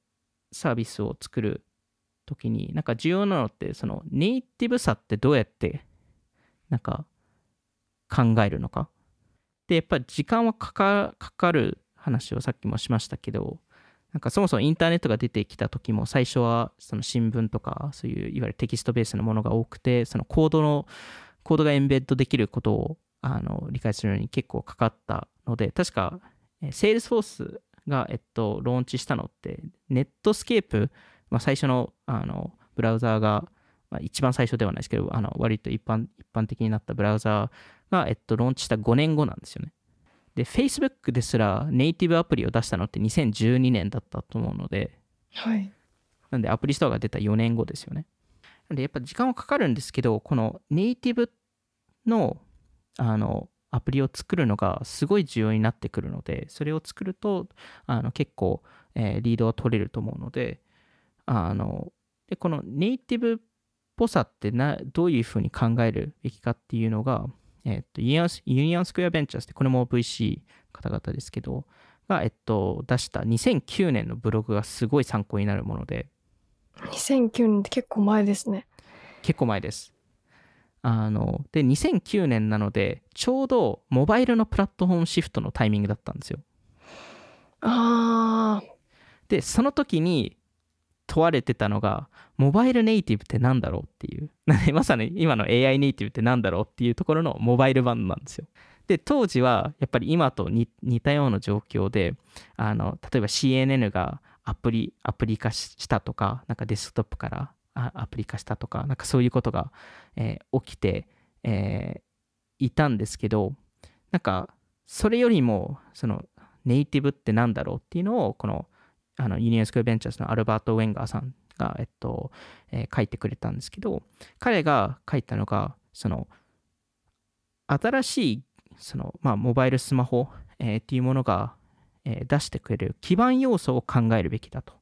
サービスを作るときに、なんか重要なのって、そのネイティブさってどうやってなんか考えるのか。で、やっぱり時間はかか、かかる話をさっきもしましたけど、なんかそもそもインターネットが出てきた時も最初はその新聞とかそういういわゆるテキストベースのものが多くて、そのコードのコードがエンベッドできることをあの理解するのに結構かかったので、確かセールスフォースが、えっと、ローンチしたのってネットスケープ、まあ、最初の、あのブラウザーが、まあ、一番最初ではないですけど、あの割と一般一般的になったブラウザーが、えっと、ローンチしたごねんごなんですよね。で、Facebook ですらネイティブアプリを出したのってにせんじゅうにねんだったと思うので、 はい。 なんでアプリストアが出たよねんごですよね。なんでやっぱ時間はかかるんですけど、このネイティブのあのアプリを作るのがすごい重要になってくるので、それを作るとあの結構、えーリードは取れると思うので、あのでこのネイティブっぽさってなどういうふうに考えるべきかっていうのが、えっと、ユニアンスユニアンスクエアベンチャーズって、これも ブイシー 方々ですけど、が、えっと、出したにせんきゅうねんのブログがすごい参考になるもので、 にせんきゅうねんって結構前ですね。 結構前です。あの、で、にせんきゅうねんなので、ちょうどモバイルのプラットフォームシフトのタイミングだったんですよ。 ああ、 で、その時に問われてたのが、モバイルネイティブってなんだろうっていう、まさに今の エーアイ ネイティブってなんだろうっていうところのモバイル版なんですよ。で、当時はやっぱり今と似たような状況で、あの例えば シーエヌエヌ がアプリ、アプリ化したとか、なんかデスクトップからアプリ化したとか、なんかそういうことが、えー起きて、えーいたんですけど、なんかそれよりもそのネイティブってなんだろうっていうのを、このあのユニオンスクエアベンチャーズのアルバート・ウェンガーさんが、えっとえー書いてくれたんですけど、彼が書いたのが、その新しいその、まあ、モバイルスマホ、えーっていうものが、えー出してくれる基盤要素を考えるべきだと。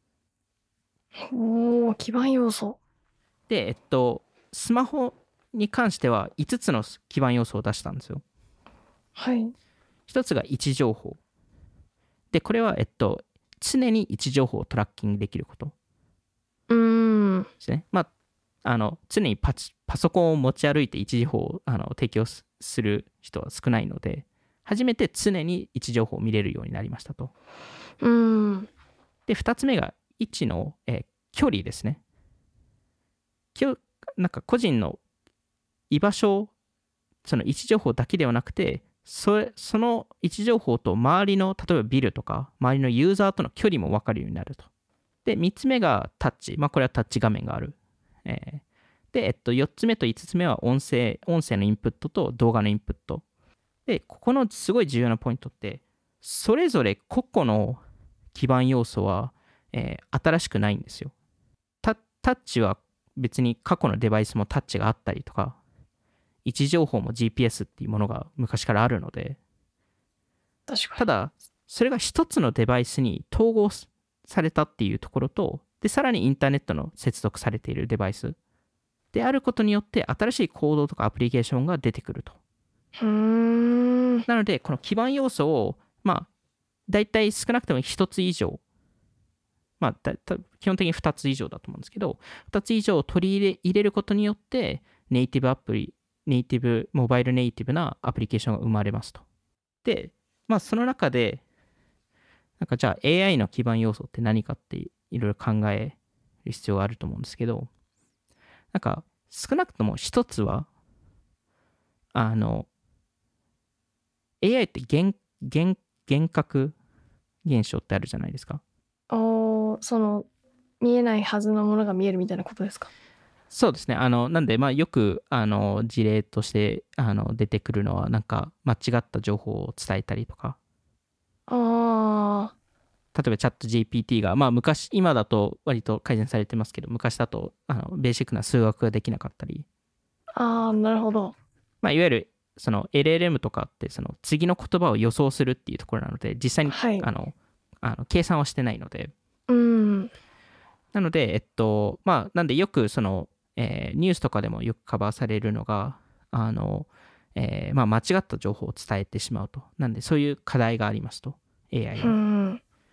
おー、基盤要素。 で、えっと、スマホに関してはいつつの基盤要素を出したんですよ。 はい。 ひとつが位置情報。で、これは、えっと、常に位置情報をトラッキングできることうーん。 ですね。まあ、あの常にパチパソコンを持ち歩いて位置情報をあの提供すする人は少ないので、初めて常に位置情報を見れるようになりましたと。 うーん。 で、ふたつめが位置の、えー距離ですね。きょなんか個人の居場所、その位置情報だけではなくて、それその位置情報と周りの、例えばビルとか、周りのユーザーとの距離も分かるようになると。で、みっつめがタッチ。まあ、これはタッチ画面がある。えーで、えっと、よっつめといつつめは音声、音声のインプットと動画のインプット。で、ここのすごい重要なポイントって、それぞれ個々の基盤要素は、えー新しくないんですよ。タタッチは別に過去のデバイスもタッチがあったりとか、位置情報も ジーピーエス っていうものが昔からあるので、 確かに。 ただ、それが一つのデバイスに統合されたっていうところと、で、さらにインターネットの接続されているデバイスであることによって、新しいコードとかアプリケーションが出てくると。 うーん。 なので、この基盤要素を、まあ、大体少なくともひとつ以上、まあ、だだ基本的にふたつ以上だと思うんですけど、ふたつ以上取り入れ入れることによって、ネイティブアプリ、ネイティブ、モバイルネイティブなアプリケーションが生まれますと。で、まあ、その中で、なんかじゃあ エーアイ の基盤要素って何かっていろいろ考える必要があると思うんですけど、なんか少なくとも一つは、あの、エーアイ って幻幻幻覚現象ってあるじゃないですか。 おー、その、見えないはずのものが見えるみたいなことですか。 そうですね。あの、なんで、まあ、よく、あの、事例として、あの、出てくるのは、なんか、間違った情報を伝えたりとか、 あ例えばチャット ジーピーティー が、まあ、昔、今だと割と改善されてますけど、昔だと、あの、ベーシックな数学ができなかったり、 ー、あー、なるほど。 まあ、いわゆる、その エルエルエム とかって、その次の言葉を予想するっていうところなので、実際に、 はい。 あの、あの計算はしてないので、 うーん。 なので、えっと、まあ、なんでよくその、えーニュースとかでもよくカバーされるのが、あの、えーまあ、間違った情報を伝えてしまうと。なんで、そういう課題がありますと、エーアイうーは。 ん。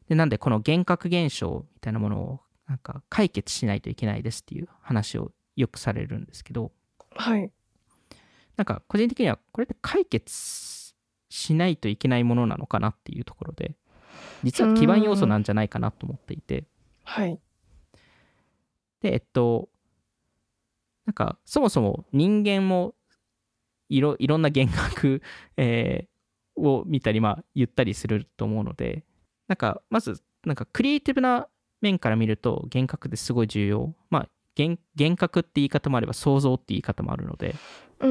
でなんでこの幻覚現象みたいなものをなんか解決しないといけないですっていう話をよくされるんですけど、 はい。 なんか個人的にはこれって解決しないといけないものなのかなっていうところで、実は基盤要素なんじゃないかなと思っていて、 はい。 でえっとなんかそもそも人間もいろいろんな幻覚、えーを見たりまあ言ったりすると思うので、なんかまずなんかクリエイティブな面から見ると幻覚ってすごい重要。まあ 幻, 幻覚って言い方もあれば想像って言い方もあるので、 うん。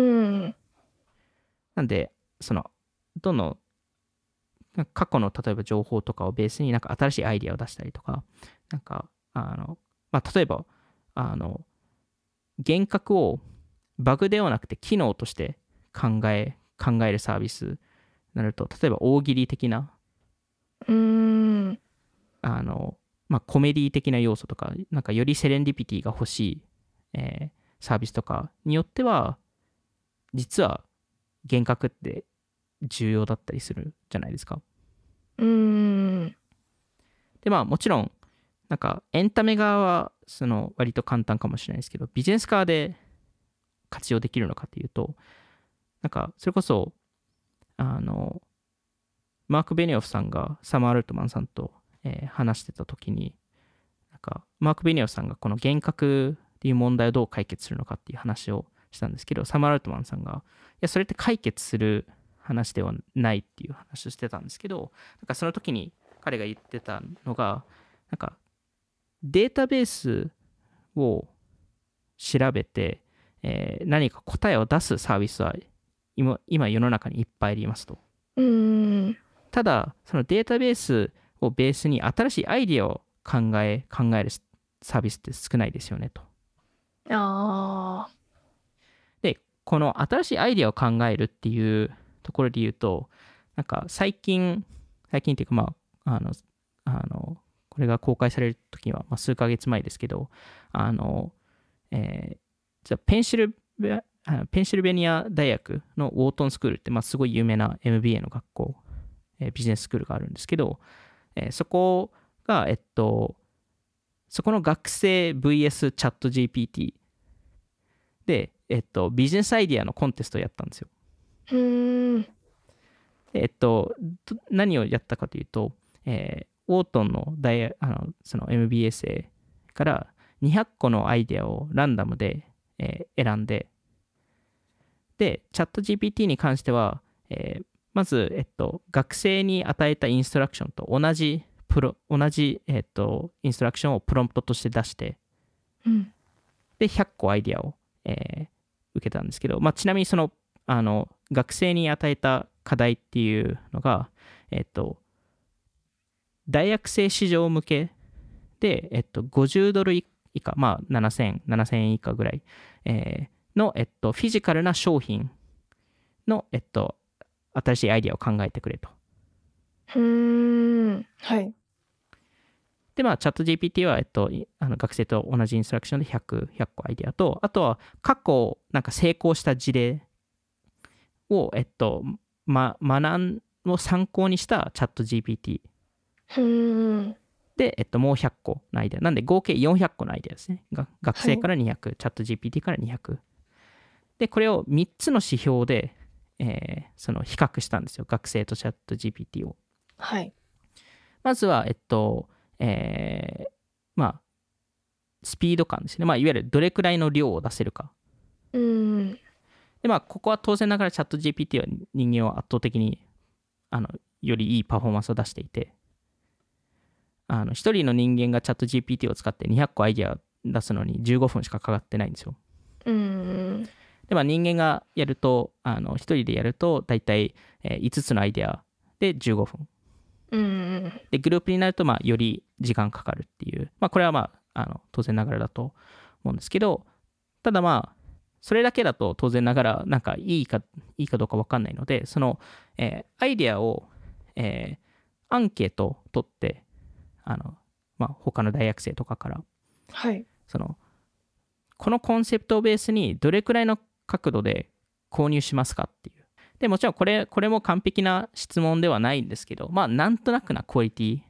なんでそのどの過去の例えば情報とかをベースになんか新しいアイディアを出したりとか、なんかあの、まあ、例えばあの幻覚をバグではなくて機能として考え考えるサービスになると、例えば大喜利的なうーん。 あの、まあ、コメディ的な要素とか、なんかよりセレンディピティが欲しい、えーサービスとかによっては実は幻覚って重要だったりするじゃないですか。 うーん。 でまあもちろんなんかエンタメ側はその割と簡単かもしれないですけど、ビジネス側で活用できるのかっていうと、なんかそれこそあのマーク・ベニオフさんがサム・アルトマンさんと、えー話してた時に、なんかマーク・ベニオフさんがこの幻覚っていう問題をどう解決するのかっていう話をしたんですけど、サム・アルトマンさんがいやそれって解決する話ではないっていう話をしてたんですけど、なんかその時に彼が言ってたのが、なんかデータベースを調べて、えー何か答えを出すサービスは今今世の中にいっぱいありますと。 うーん。 ただそのデータベースをベースに新しいアイディアを考え考えるサービスって少ないですよねと。 ああ。 でこの新しいアイディアを考えるっていうところで言うと、なんか最近最近っていうかまああのあのこれが公開される時には、まあ、数ヶ月前ですけど、あの、えー、じゃペンシルベペンシルベニア大学のウォートンスクールって、まあ、すごい有名な エムビーエー の学校、えービジネススクールがあるんですけど、えーそこが、えっと、そこの学生 ブイエス チャット ジーピーティー で、えっと、ビジネスアイディアのコンテストをやったんですよ。 うーん。 でえっと、ど何をやったかというと、えーウォートンの大あのその エムビーエー 生からにひゃっこのアイデアをランダムで、えー選んで、で、チャット ジーピーティー に関しては、えーまず、えっと、学生に与えたインストラクションと同じプロ同じ、えっと、インストラクションをプロンプトとして出して、 うん。 で、ひゃっこアイデアを、えー受けたんですけど、まあ、ちなみにその、あの、学生に与えた課題っていうのが、えっと、大学生市場向けで、えっと、ごじゅうドル以下、まあ、ななせん、ななせんえん以下ぐらい、えーの、えっと、フィジカルな商品の、えっと、新しいアイデアを考えてくれと。 うーん。はい。 で、まあ、チャット ジーピーティー は、えっと、いあの学生と同じインストラクションでひゃく、ひゃっこアイデアと、あとは過去、なんか成功した事例を、えっと、ま、学んを参考にしたチャット ジーピーティー。 うーん。 で、えっと、もうひゃっこのアイデア。なんで、合計よんひゃっこのアイデアですね。が学生からにひゃく、チャット ジーピーティー からにひゃく。で、これをみっつの指標で、えーその比較したんですよ。学生とチャット ジーピーティー を。 はい。 まずは、えっと、えーまあ、スピード感ですね。まあ、いわゆるどれくらいの量を出せるか。 うーん。 で、まあ、ここは当然ながらチャット ジーピーティー は人間を圧倒的に、あの、よりいいパフォーマンスを出していて、あの、一人の人間がチャット ジーピーティー を使ってにひゃっこアイデア出すのにじゅうごふんしかかかってないんですよ。 うーん。 で、まあ、人間がやると、あの、一人でやると、だいたいいつつのアイデアでじゅうごふん。 うーん。 で、グループになると、まあ、より時間かかるっていう、まあ、これはまあ、あの、当然ながらだと思うんですけど、ただまあ、それだけだと当然ながら、なんかいいか、いいかどうか分かんないので、その、えーアイデアを、えーアンケートを取って、あの、まあ、他の大学生とかから、 はい。 その、このコンセプトをベースにどれくらいの角度で購入しますかっていう。で、もちろんこれ、これも完璧な質問ではないんですけど、まあ、なんとなくなクオリティ、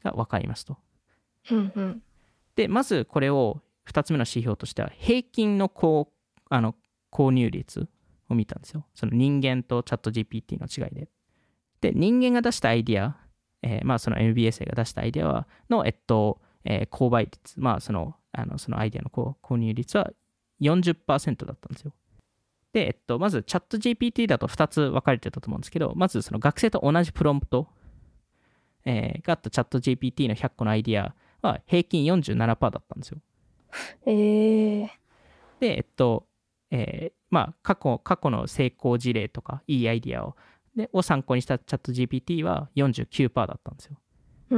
が分かりますと。 うんうん。 でまずこれをふたつめの指標としては平均のこうあの購入率を見たんですよ。その人間とチャット ジーピーティー の違いで。で人間が出したアイディア、えー、まあその エムビーエスエー が出したアイディアはの、えっとえー、購買率、まあそのあのそのアイディアの購入率は よんじゅっパーセント だったんですよ。で、えっと、まずチャット ジーピーティー だとふたつ分かれてたと思うんですけど、まずその学生と同じプロンプト、えー、があったチャット ジーピーティー のひゃっこのアイディアは平均 よんじゅうななパーセント だったんですよ。 えー、 で、えっと、えー、まあ過去、過去の成功事例とかいいアイディアをでを参考にしたチャット ジーピーティー は よんじゅうきゅうパーセント だったんですよ。 うん。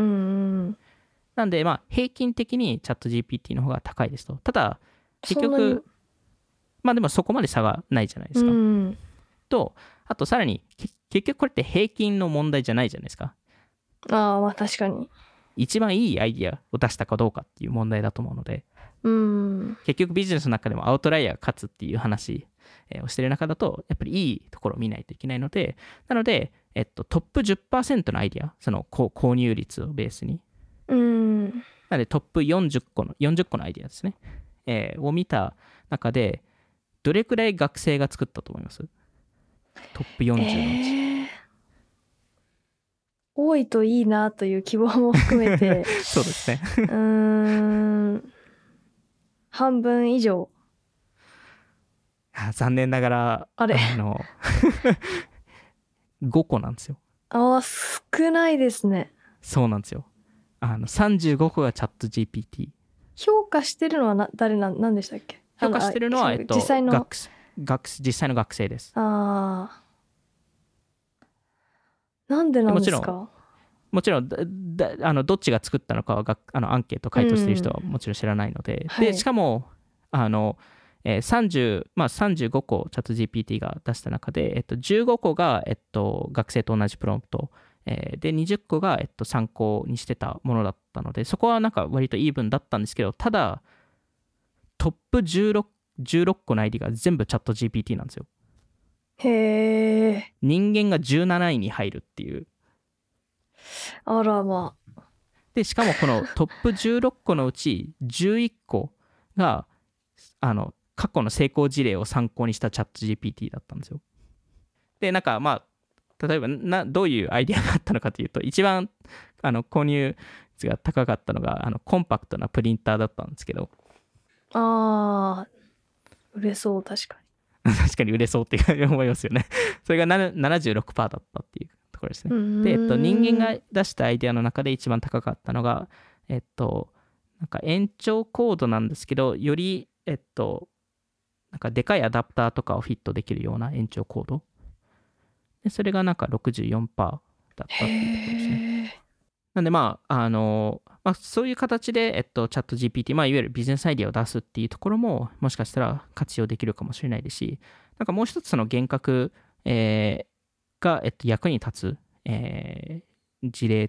なんで、まあ、平均的にチャット ジーピーティー の方が高いですと。ただ、結そんなに局、まあでもそこまで差がないじゃないですか。 うん。 と、あとさらに、結局これって平均の問題じゃないじゃないですか。 ああ、まあ確かに。 一番いいアイディアを出したかどうかっていう問題だと思うので、 うん。 結局ビジネスの中でもアウトライヤーが勝つっていう話をしてる中だと、やっぱりいいところを見ないといけないので、なので、えっと、トップ じゅっパーセント のアイディア、その購入率をベースに、 うん。 なのでトップよんじゅっこの、よんじゅっこのアイディアですね、えー、を見た中で、どれくらい学生が作ったと思います？トップよんじゅうのうち。 えー、多いといいなという希望も含めてそうですねうーん半分以上。 残念ながらあれあのごこなんですよ。 ああ少ないですね。 そうなんですよ。あのさんじゅうごこがチャット ジーピーティー。 評価してるのはな誰なん何でしたっけ？ 評価してるのは、えっと、 実際の学学実際の学生です。 ああなんでなんですか？ もちろんだだあのどっちが作ったのかはがあのアンケート回答してる人はもちろん知らないので、 うん、 でしかもあの、えーさんじゅうまあ、さんじゅうごこチャット ジーピーティー が出した中で、えっと、じゅうごこが、えっと、学生と同じプロンプト、えーでにじゅっこが、えっと、参考にしてたものだったので、そこはなんか割とイーブンだったんですけど、ただトップじゅうろく、じゅうろっこの アイディが全部チャット ジーピーティー なんですよ。 へえ。 人間がじゅうなないに入るっていう。 あらまあ。 でしかもこのトップじゅうろっこのうちじゅういっこがあの過去の成功事例を参考にしたチャット ジーピーティー だったんですよ。でなんかまあ例えばなどういうアイデアがあったのかというと、一番あの購入率が高かったのがあのコンパクトなプリンターだったんですけど、 あー売れそう確か確かに売れそうって思いますよね。それが ななじゅうろくパーセント だったっていうところですね。 に。 で、えっと、人間が出したアイデアの中で一番高かったのが、えっと、なんか延長コードなんですけど、より、えっと、なんかでかいアダプターとかをフィットできるような延長コード。で、それがなんか ろくじゅうよんパーセント だったっていうところですね。なんでまあ、あの、まあ、そういう形で、えっと、チャット ジーピーティー、まあ、いわゆるビジネスアイデアを出すっていうところも、もしかしたら活用できるかもしれないですし、なんかもう一つその幻覚、えー、が、えっと、役に立つ、えー、事例って、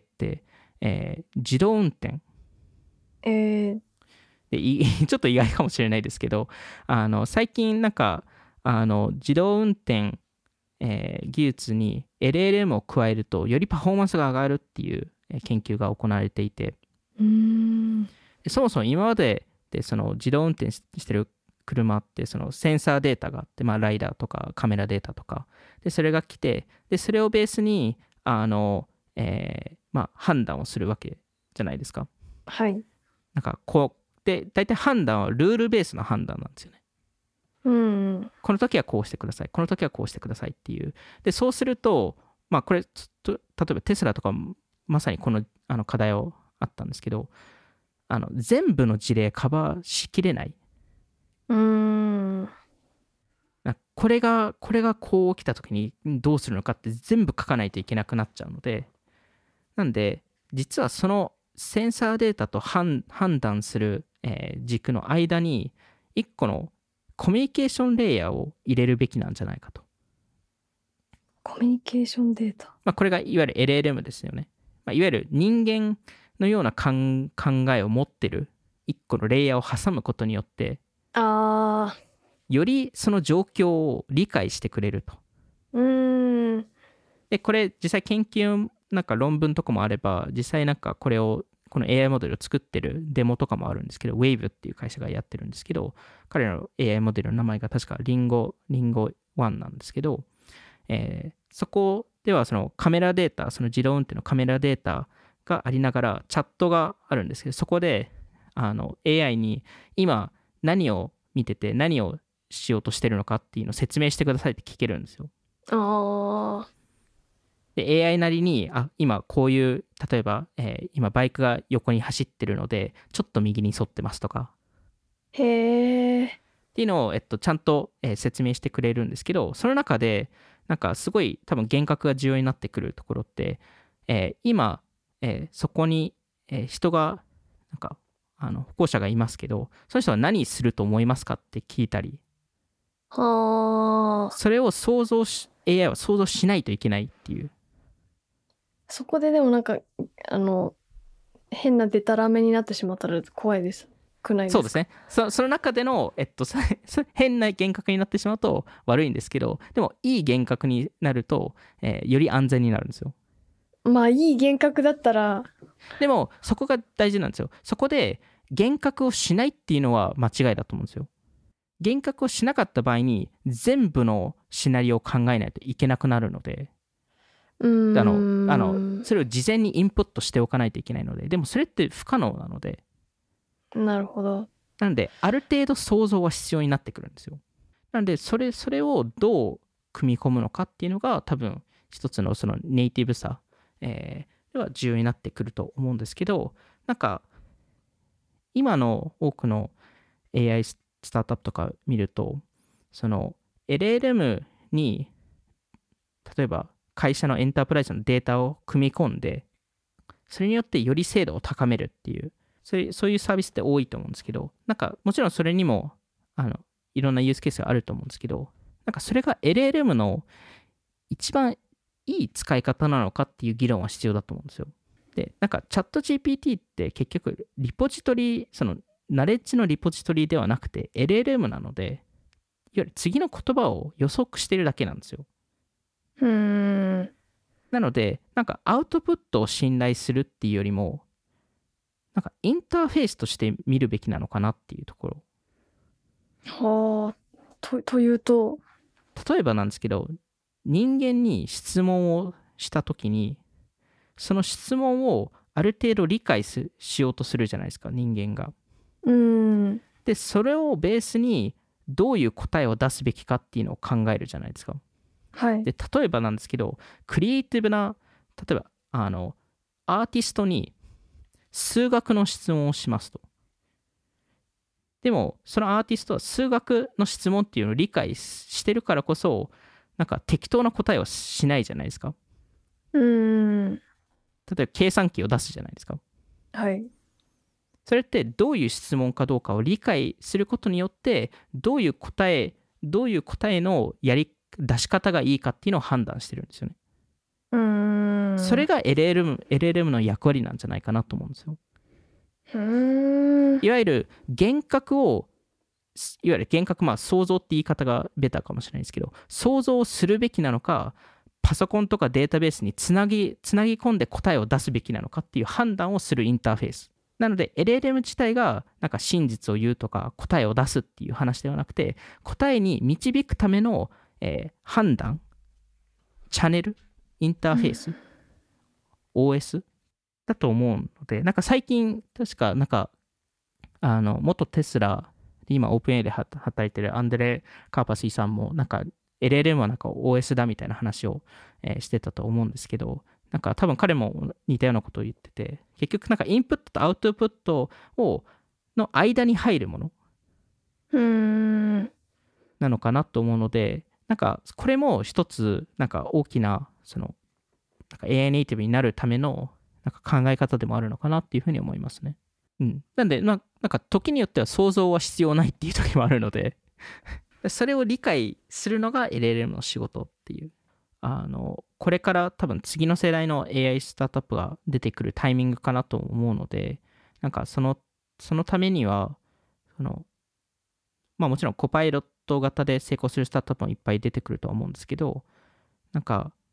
えー、自動運転。 えー、 でいちょっと意外かもしれないですけど、あの最近なんかあの自動運転、えー、技術に エルエルエム を加えるとよりパフォーマンスが上がるっていう研究が行われていて、 うーんそもそも今まででその自動運転してる車ってそのセンサーデータがあって、まあ、ライダーとかカメラデータとかでそれが来て、でそれをベースにあの、えーまあ、判断をするわけじゃないですか。 はい。 なんかこうで大体判断はルールベースの判断なんですよね。 うんこの時はこうしてください、この時はこうしてくださいっていう。でそうすると、まあ、これ例えばテスラとかまさにこのあの課題をあったんですけど、あの全部の事例カバーしきれない。 うーんこれがこれがこう起きた時にどうするのかって全部書かないといけなくなっちゃうので、なんで実はそのセンサーデータと判断する、えー、軸の間にいっこのコミュニケーションレイヤーを入れるべきなんじゃないかと。 コミュニケーションデータ、 まあ、これがいわゆる エルエルエム ですよね。まあ、いわゆる人間のような考えを持ってるいっこのレイヤーを挟むことによってあーよりその状況を理解してくれると。 うーんでこれ実際研究なんか論文とかもあれば、実際なんかこれを、この エーアイ モデルを作ってるデモとかもあるんですけど、Wave っていう会社がやってるんですけど、彼らの エーアイ モデルの名前が確かリンゴ、リンゴワンなんですけど、えーそこではそのカメラデータ、その自動運転のカメラデータがありながら、チャットがあるんですけど、そこであの エーアイ に今何を見てて何をしようとしてるのかっていうのを説明してくださいって聞けるんですよ。 ああ。 で エーアイ なりに、あ、今こういう、例えば、えー今バイクが横に走ってるのでちょっと右に沿ってますとかへえ。 っていうのを、えっと、ちゃんと、えー説明してくれるんですけど、その中でなんかすごい多分幻覚が重要になってくるところって、えー今、えーそこに、えー人がなんかあの歩行者がいますけど、その人は何すると思いますかって聞いたり、 はあ。 それを想像し エーアイ は想像しないといけないっていう。 そこででもなんかあの変なデタラメになってしまったら怖いですくないですか？ そうですね。そその中での、えっと、そそ変な幻覚になってしまうと悪いんですけど、でもいい幻覚になると、えーより安全になるんですよ。 まあいい幻覚だったら。 でもそこが大事なんですよ。そこで幻覚をしないっていうのは間違いだと思うんですよ。幻覚をしなかった場合に全部のシナリオを考えないといけなくなるので、 うーあのあのん。 それを事前にインプットしておかないといけないので、でもそれって不可能なので、 なるほど。 なのである程度想像は必要になってくるんですよ。なのでそれそれをどう組み込むのかっていうのが多分一つのそのネイティブさ、えーでは重要になってくると思うんですけど、なんか今の多くの エーアイ スタートアップとか見ると、その エルエルエム に例えば会社のエンタープライズのデータを組み込んで、それによってより精度を高めるっていう、そういうそういうサービスって多いと思うんですけど、なんかもちろんそれにもあのいろんなユースケースがあると思うんですけど、なんかそれが エルエルエム の一番いい使い方なのかっていう議論は必要だと思うんですよ。で、なんかチャット ジーピーティー って結局リポジトリ、そのナレッジのリポジトリではなくて エルエルエム なので、いわゆる次の言葉を予測してるだけなんですよ。 うーん。 なので、なんかアウトプットを信頼するっていうよりも、なんかインターフェースとして見るべきなのかなっていうところ。 はあ。とというと。 例えばなんですけど、人間に質問をしたときに、その質問をある程度理解しようとするじゃないですか、人間が。 うーん。 で、それをベースにどういう答えを出すべきかっていうのを考えるじゃないですか。 はい。 で、例えばなんですけど、クリエイティブな、例えば、あの、アーティストに数学の質問をしますと。でも、そのアーティストは数学の質問っていうのを理解してるからこそ、なんか適当な答えをしないじゃないですか。 うーん。 例えば計算機を出すじゃないですか。 はい。 それってどういう質問かどうかを理解することによって、どういう答え、どういう答えのやり出し方がいいかっていうのを判断してるんですよね。 うーん。 それが エルエルエム、エルエルエム の役割なんじゃないかなと思うんですよ。 うーん。 いわゆる幻覚を、いわゆる幻覚、まあ想像って言い方がベターかもしれないですけど、想像をするべきなのか、パソコンとかデータベースにつなぎ、つなぎ込んで答えを出すべきなのかっていう判断をするインターフェース。なので エルエルエム 自体がなんか真実を言うとか答えを出すっていう話ではなくて、答えに導くための、えー判断、チャンネル、インターフェース、オーエス だと思うので、なんか最近確かなんかあの元テスラで今オープンエーで働いてるアンデレ・カーパシーさんもなんか エルエルエム はなんか オーエス だみたいな話を、えーしてたと思うんですけど、なんか多分彼も似たようなことを言ってて、結局なんかインプットとアウトプットをの間に入るものうーん。 なのかなと思うので、なんかこれも一つなんか大きなそのなんか エーアイ ネイティブになるためのなんか考え方でもあるのかなっていうふうに思いますね。うん。なんで、まあ、なんか時によっては想像は必要ないっていう時もあるのでそれを理解するのが エルエルエム の仕事っていう。あの、これから多分次の世代の エーアイ スタートアップが出てくるタイミングかなと思うので、なんかその、そのためには、その、まあもちろんコパイロット型で成功するスタートアップもいっぱい出てくるとは思うんですけど、なんか、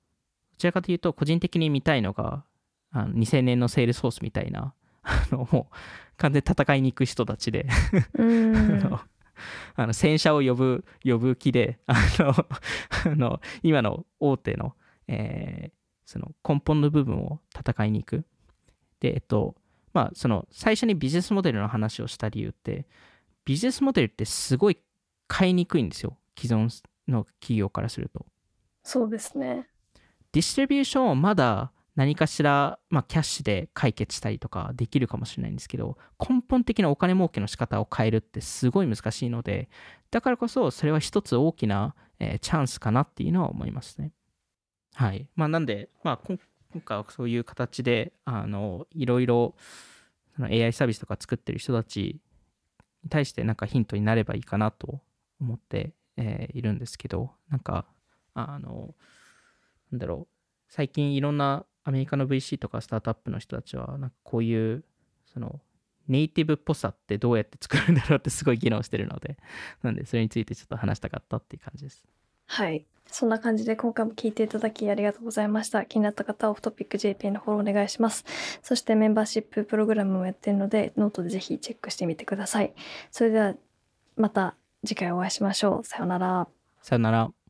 ちらかというと個人的に見たいのがあのにせんねんのセールスフォースみたいなあのもう完全に戦いに行く人たちでうーん。 あの戦車を呼ぶ呼ぶ気であのあの今の大手の、えーその根本の部分を戦いに行く。でえっとまあその最初にビジネスモデルの話をした理由って、ビジネスモデルってすごい買いにくいんですよ、既存の企業からすると。 そうですね。 ディストリビューションをまだ何かしら、まあ、キャッシュで解決したりとかできるかもしれないんですけど、根本的なお金儲けの仕方を変えるってすごい難しいので、だからこそそれは一つ大きな、えーチャンスかなっていうのは思いますね。はい。まあ、なんで、まあ、今今回はそういう形で、あの、いろいろその エーアイ サービスとか作ってる人たちに対してなんかヒントになればいいかなと思って、えーいるんですけど、なんか、あの、なんだろう、最近いろんなアメリカの ブイシー とかスタートアップの人たちは、なんかこういう、その、ネイティブっぽさってどうやって作るんだろうってすごい議論してるので、なんでそれについてちょっと話したかったっていう感じです。 はい。そんな感じで今回も聞いていただきありがとうございました。気になった方はオフトピック ジェーピー のフォローお願いします。そしてメンバーシッププログラムもやってるので、ノートでぜひチェックしてみてください。それではまた次回お会いしましょう。さようなら。 さよなら。